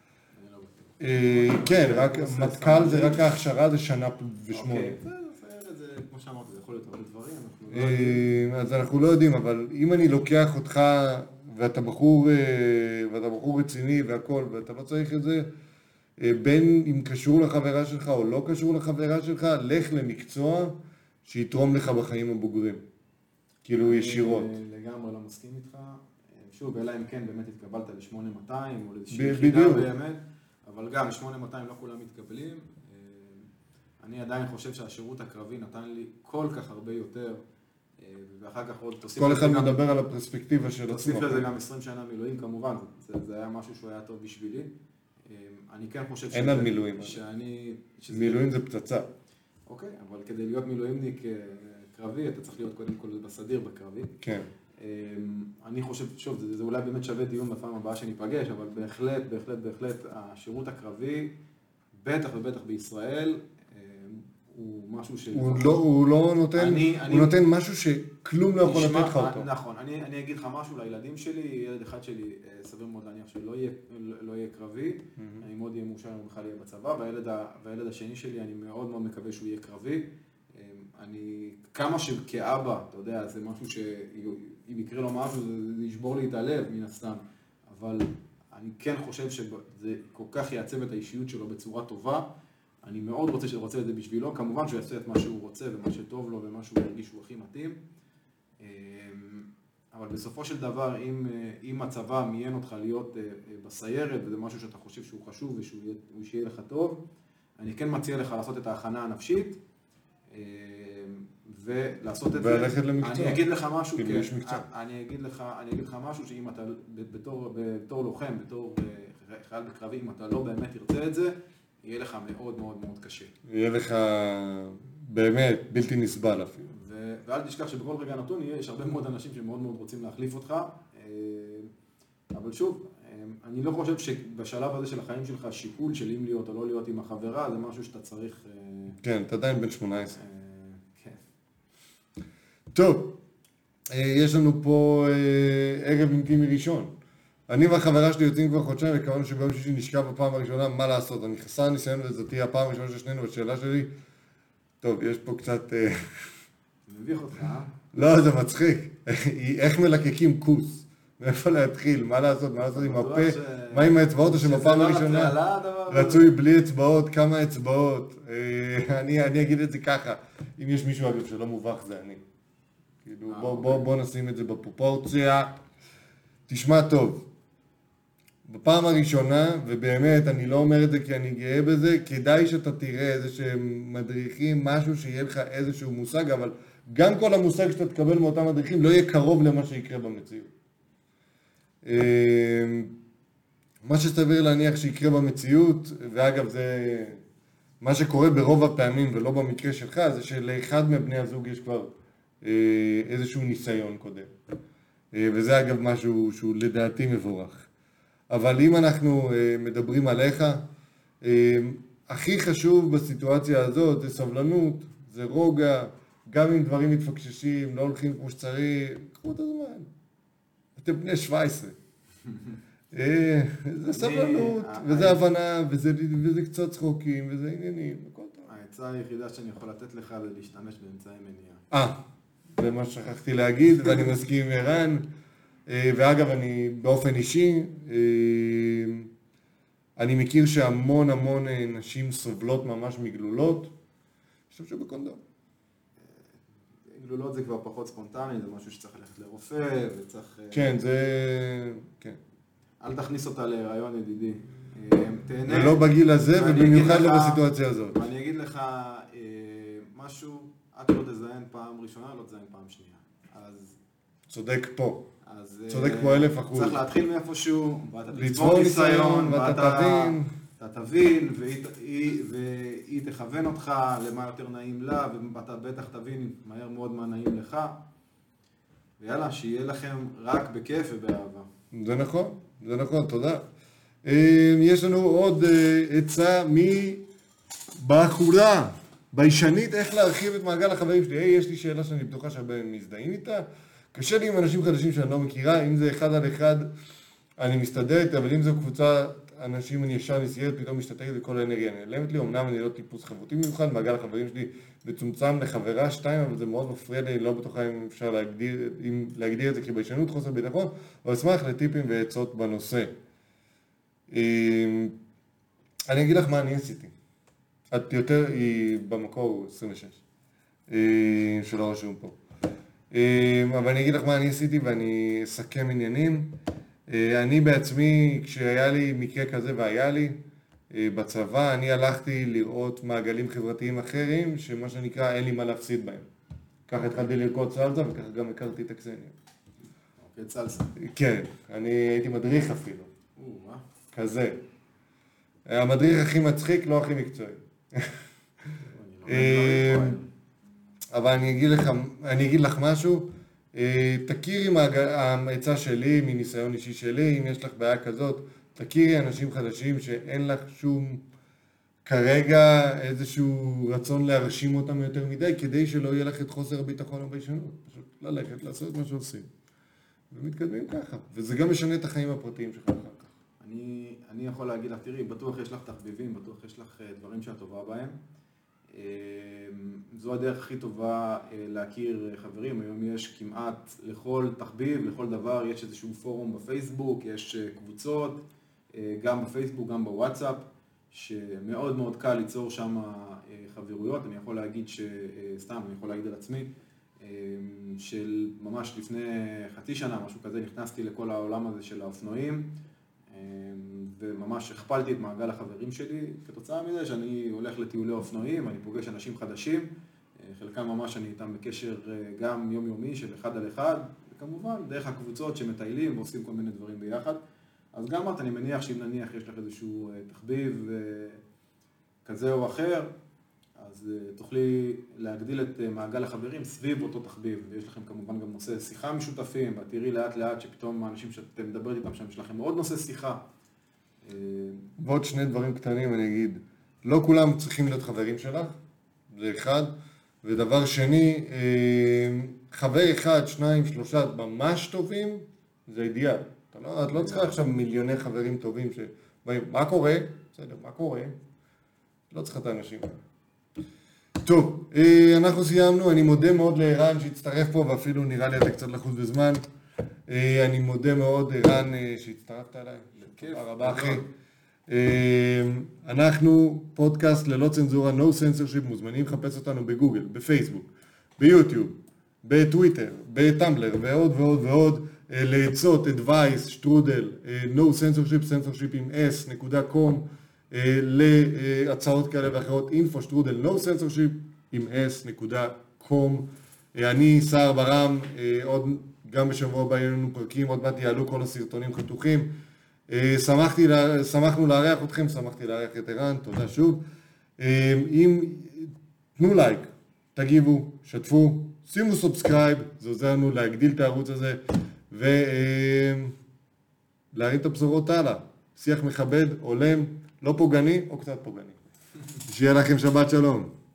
כן, רק מטכ"ל זה רק ההכשרה, זה שנה ושמונה. זה, כמו שאמרת, זה יכול להיות הרבה דברים. אז אנחנו לא יודעים, אבל אם אני לוקח אותך ואתה בחור, ואתה בחור רציני והכל, ואתה לא צריך את זה, בין אם קשור לחברה שלך או לא קשור לחברה שלך, לך למקצוע שיתרום לך בחיים הבוגרים. כאילו ישירות. אני לגמרי לא מסכים איתך. שוב, אלא אם כן באמת התקבלת ל-שמונה מאתיים או לאיזושהי יחידה באמת, אבל גם ל-שמונה מאתיים לא כולם מתקבלים. אני עדיין חושב שהשירות הקרבי נתן לי כל כך הרבה יותר, ואחר כך עוד תוסיף כל אחד מדבר על הפרספקטיבה של עצמו. תוסיף לזה גם עשרים שנה מילואים כמובן, זה היה משהו שהוא היה טוב בשבילי. אני כן חושב אין על מילואים. מילואים זה פצצה. אוקיי, אבל כדי להיות מילואימניק קרבי, אתה צריך להיות קודם כל בסדיר בקרבי. כן. אני חושב, שוב, זה, זה אולי באמת שווה דיון בפעם הבאה שניפגש, אבל בהחלט, בהחלט, בהחלט, השירות הקרבי, בטח ובטח בישראל, הוא משהו ש... הוא לא, הוא לא נותן, אני, הוא אני, נותן משהו שכלום לא יכול לתת לך אותו. נכון, אני, אני אגיד לך משהו לילדים שלי, ילד אחד שלי, סביר מאוד להניח שלא יהיה, לא יהיה קרבי, mm-hmm. אני מאוד יהיה מאושר אם בכלל יהיה בצבא, והילד, והילד השני שלי, אני מאוד מאוד מקווה שהוא יהיה קרבי. אני, כמה שכאבא, אתה יודע, זה משהו שאם יקרה לו משהו, זה ישבור לי את הלב מן הסתם, אבל אני כן חושב שזה כל כך יעצב את האישיות שלו בצורה טובה, אני מאוד רוצה שרוצה את זה בשבילו, כמובן שהוא יעשה את מה שהוא רוצה ומה שטוב לו ומה שהוא ירגיש שהוא הכי מתאים, אבל בסופו של דבר, אם, אם הצבא מיין אותך להיות בסיירת, וזה משהו שאתה חושב שהוא חשוב ושהוא שיהיה לך טוב, אני כן מציע לך לעשות את ההכנה הנפשית, ולעשות את זה. וללכת למקצוע. אני אגיד לך משהו, כן, אני אגיד לך, אני אגיד לך משהו שאם אתה בתור, בתור לוחם, בתור חייל בקרבי, אם אתה לא באמת תרצה את זה, יהיה לך מאוד מאוד מאוד קשה. יהיה לך באמת בלתי נסבל אפילו. ואל תשכח שבכל רגע נתון יש הרבה מאוד אנשים שמאוד מאוד רוצים להחליף אותך, אבל שוב, אני לא חושב שבשלב הזה של החיים שלך, שיקול של אם להיות או לא להיות עם החברה, זה משהו שאתה צריך... כן, אתה עדיין בן שמונה עשרה. כן. טוב, יש לנו פה ערב אינטימי ראשון. אני והחברה שלי יוצאים כבר חודשיים, וכמובן שביום שישי נשכב בפעם הראשונה, מה לעשות? אני חסר ניסיון וזאת תהיה הפעם הראשונה של שנינו, והשאלה שלי, טוב, יש פה קצת... מביך אותך, אה? לא, זה מצחיק. איך מלקקים כוס? מאיפה להתחיל? מה לעשות? מה לעשות עם הפה? מה עם האצבעות? או שבפעם הראשונה רצוי בלי אצבעות, כמה אצבעות? אני אגיד את זה ככה. אם יש מישהו אגב שלא מובך, זה אני. בוא נשים את זה בפרופורציה. תשמע טוב. בפעם הראשונה, ובאמת, אני לא אומר את זה כי אני גאה בזה, כדאי שאתה תראה איזה שהם מדריכים, משהו שיהיה לך איזשהו מושג, אבל גם כל המושג שאתה תקבל מאותם מדריכים לא יהיה קרוב למה שיקרה במציאות. מה שסביר להניח שיקרה במציאות, ואגב זה מה שקורה ברוב הפעמים ולא במקרה שלך, זה שלאחד מבני הזוג יש כבר איזשהו ניסיון קודם. וזה אגב משהו שהוא לדעתי מבורך. אבל אם אנחנו מדברים עליך, הכי חשוב בסיטואציה הזאת זה סבלנות, זה רוגע, גם אם דברים מתפקששים, לא הולכים כמו שצריך, קחו את הזמן. אתם בני שבע עשרה. זה סבלנות, וזה הבנה, וזה קצת צחוקים, וזה עניינים, הכל טוב. העצה היחידה שאני יכול לתת לך זה להשתמש באמצעי מניעה. אה, זה מה ששכחתי להגיד, ואני מסכים עם ערן. ואגב, אני באופן אישי, אני מכיר שהמון המון נשים סובלות ממש מגלולות, משתמשו בקונדום. גלולות זה כבר פחות ספונטני, זה משהו שצריך ללכת לרופא, וצריך... כן, זה... כן. אל תכניס אותה להיריון, ידידי. תהנה. ולא בגיל הזה, ובמיוחד לא בסיטואציה הזאת. ואני אגיד לך משהו, את לא תזיין פעם ראשונה, לא תזיין פעם שנייה. אז... צודק פה. צודק פה אלף אחוז. צריך להתחיל מאיפשהו, ואתה תצבור ניסיון, ואתה תבין. אתה תבין, והיא, והיא תכוון אותך למה יותר נעים לה, ואתה בטח תבין מהר מאוד מה נעים לך. ויאללה, שיהיה לכם רק בכיף ובאהבה. זה נכון, זה נכון, תודה. יש לנו עוד עצה מבחורה, ביישנית, איך להרחיב את מעגל החברים שלי. היי, יש לי שאלה שאני בטוחה שהרבה מזדהים איתה. קשה לי עם אנשים חדשים שאני לא מכירה, אם זה אחד על אחד אני מסתדרת, אבל אם זו קבוצה אנשים אני ישר נסגרת, פתאום משתתקת וכל האנרגיה נעלמת לי, אמנם אני לא טיפוס חברותי מיוחד, מעגל החברים שלי מצומצם לחברה שתיים, אבל זה מאוד מפריע לי, לא בטוחה אם אפשר להגדיר, אם להגדיר את זה כביישנות, חוסר ביטחון, אבל אשמח לטיפים ועצות בנושא. אני אגיד לך מה אני עשיתי. את יותר, היא במקור עשרים ושש, שלא רשום פה. אבל אני אגיד לך מה אני עשיתי ואני אסכם עניינים. אני בעצמי, כשהיה לי מקרה כזה והיה לי בצבא, אני הלכתי לראות מעגלים חברתיים אחרים, שמה שנקרא אין לי מה להפסיד בהם. ככה התחלתי לרקוד סלסה וככה גם הכרתי את הקסניה. אוקיי, סלסה. כן, אני הייתי מדריך אפילו. כזה. המדריך הכי מצחיק, לא הכי מקצועי. אבל אני אגיד לך, אני אגיד לך משהו, תכירי מהעצה שלי, מניסיון אישי שלי, אם יש לך בעיה כזאת, תכירי אנשים חדשים שאין לך שום כרגע איזשהו רצון להרשים אותם יותר מדי, כדי שלא יהיה לך את חוסר הביטחון הביישנות. פשוט ללכת, לעשות מה שעושים. ומתקדמים ככה, וזה גם משנה את החיים הפרטיים שלך אחר כך. אני, אני יכול להגיד לך, תראי, בטוח יש לך תחביבים, בטוח יש לך דברים שאת טובה בהם. זו הדרך הכי טובה להכיר חברים. היום יש כמעט לכל תחביב, לכל דבר, יש איזשהו פורום בפייסבוק, יש קבוצות, גם בפייסבוק, גם בוואטסאפ, שמאוד מאוד קל ליצור שם חברויות. אני יכול להגיד שסתם, אני יכול להגיד על עצמי, של ממש לפני חצי שנה, משהו כזה, נכנסתי לכל העולם הזה של האופנועים, וממש הכפלתי את מעגל החברים שלי, כתוצאה מזה שאני הולך לטיולי אופנועים, אני פוגש אנשים חדשים, חלקם ממש אני איתם בקשר גם יומיומי של אחד על אחד, וכמובן דרך הקבוצות שמטיילים ועושים כל מיני דברים ביחד. אז גם את, אני מניח שאם נניח יש לך איזשהו תחביב כזה או אחר, אז תוכלי להגדיל את מעגל החברים סביב אותו תחביב, ויש לכם כמובן גם נושא שיחה משותפים, ותראי לאט לאט שפתאום האנשים שאתם מדברת איתם שם, יש לכם עוד נושא שיחה. ועוד שני דברים קטנים אני אגיד, לא כולם צריכים להיות חברים שלך, זה אחד, ודבר שני, חבר אחד, שניים, שלושה ממש טובים, זה אידיאל. אתה לא, את לא צריכה עכשיו מיליוני חברים טובים שבאים, מה קורה? בסדר, מה קורה? לא צריכה את האנשים. טוב, אנחנו סיימנו, אני מודה מאוד לערן שהצטרף פה, ואפילו נראה לי אתה קצת לחוץ בזמן. אני מודה מאוד, ערן, שהצטרפת אליי. תודה רבה, אחי. אנחנו פודקאסט ללא צנזורה, no censorship, מוזמנים לחפש אותנו בגוגל, בפייסבוק, ביוטיוב, בטוויטר, בטמבלר, ועוד ועוד ועוד, לעצות, advice, שטרודל, no censorship, censorship עם s נקודה קום, להצעות כאלה ואחרות, info שטרודל, no censorship עם s נקודה קום. אני סער ברם, עוד גם בשבוע הבא יהיו לנו פרקים, עוד מעט יעלו כל הסרטונים חתוכים. שמחתי, שמחנו לארח אתכם, שמחתי לארח את ערן, תודה שוב. אם תנו לייק, תגיבו, שתפו, שימו סובסקרייב, זה עוזר לנו להגדיל את הערוץ הזה, ולהרים את הבשורות הלאה. שיח מכבד, הולם, לא פוגעני או קצת פוגעני. שיהיה לכם שבת שלום.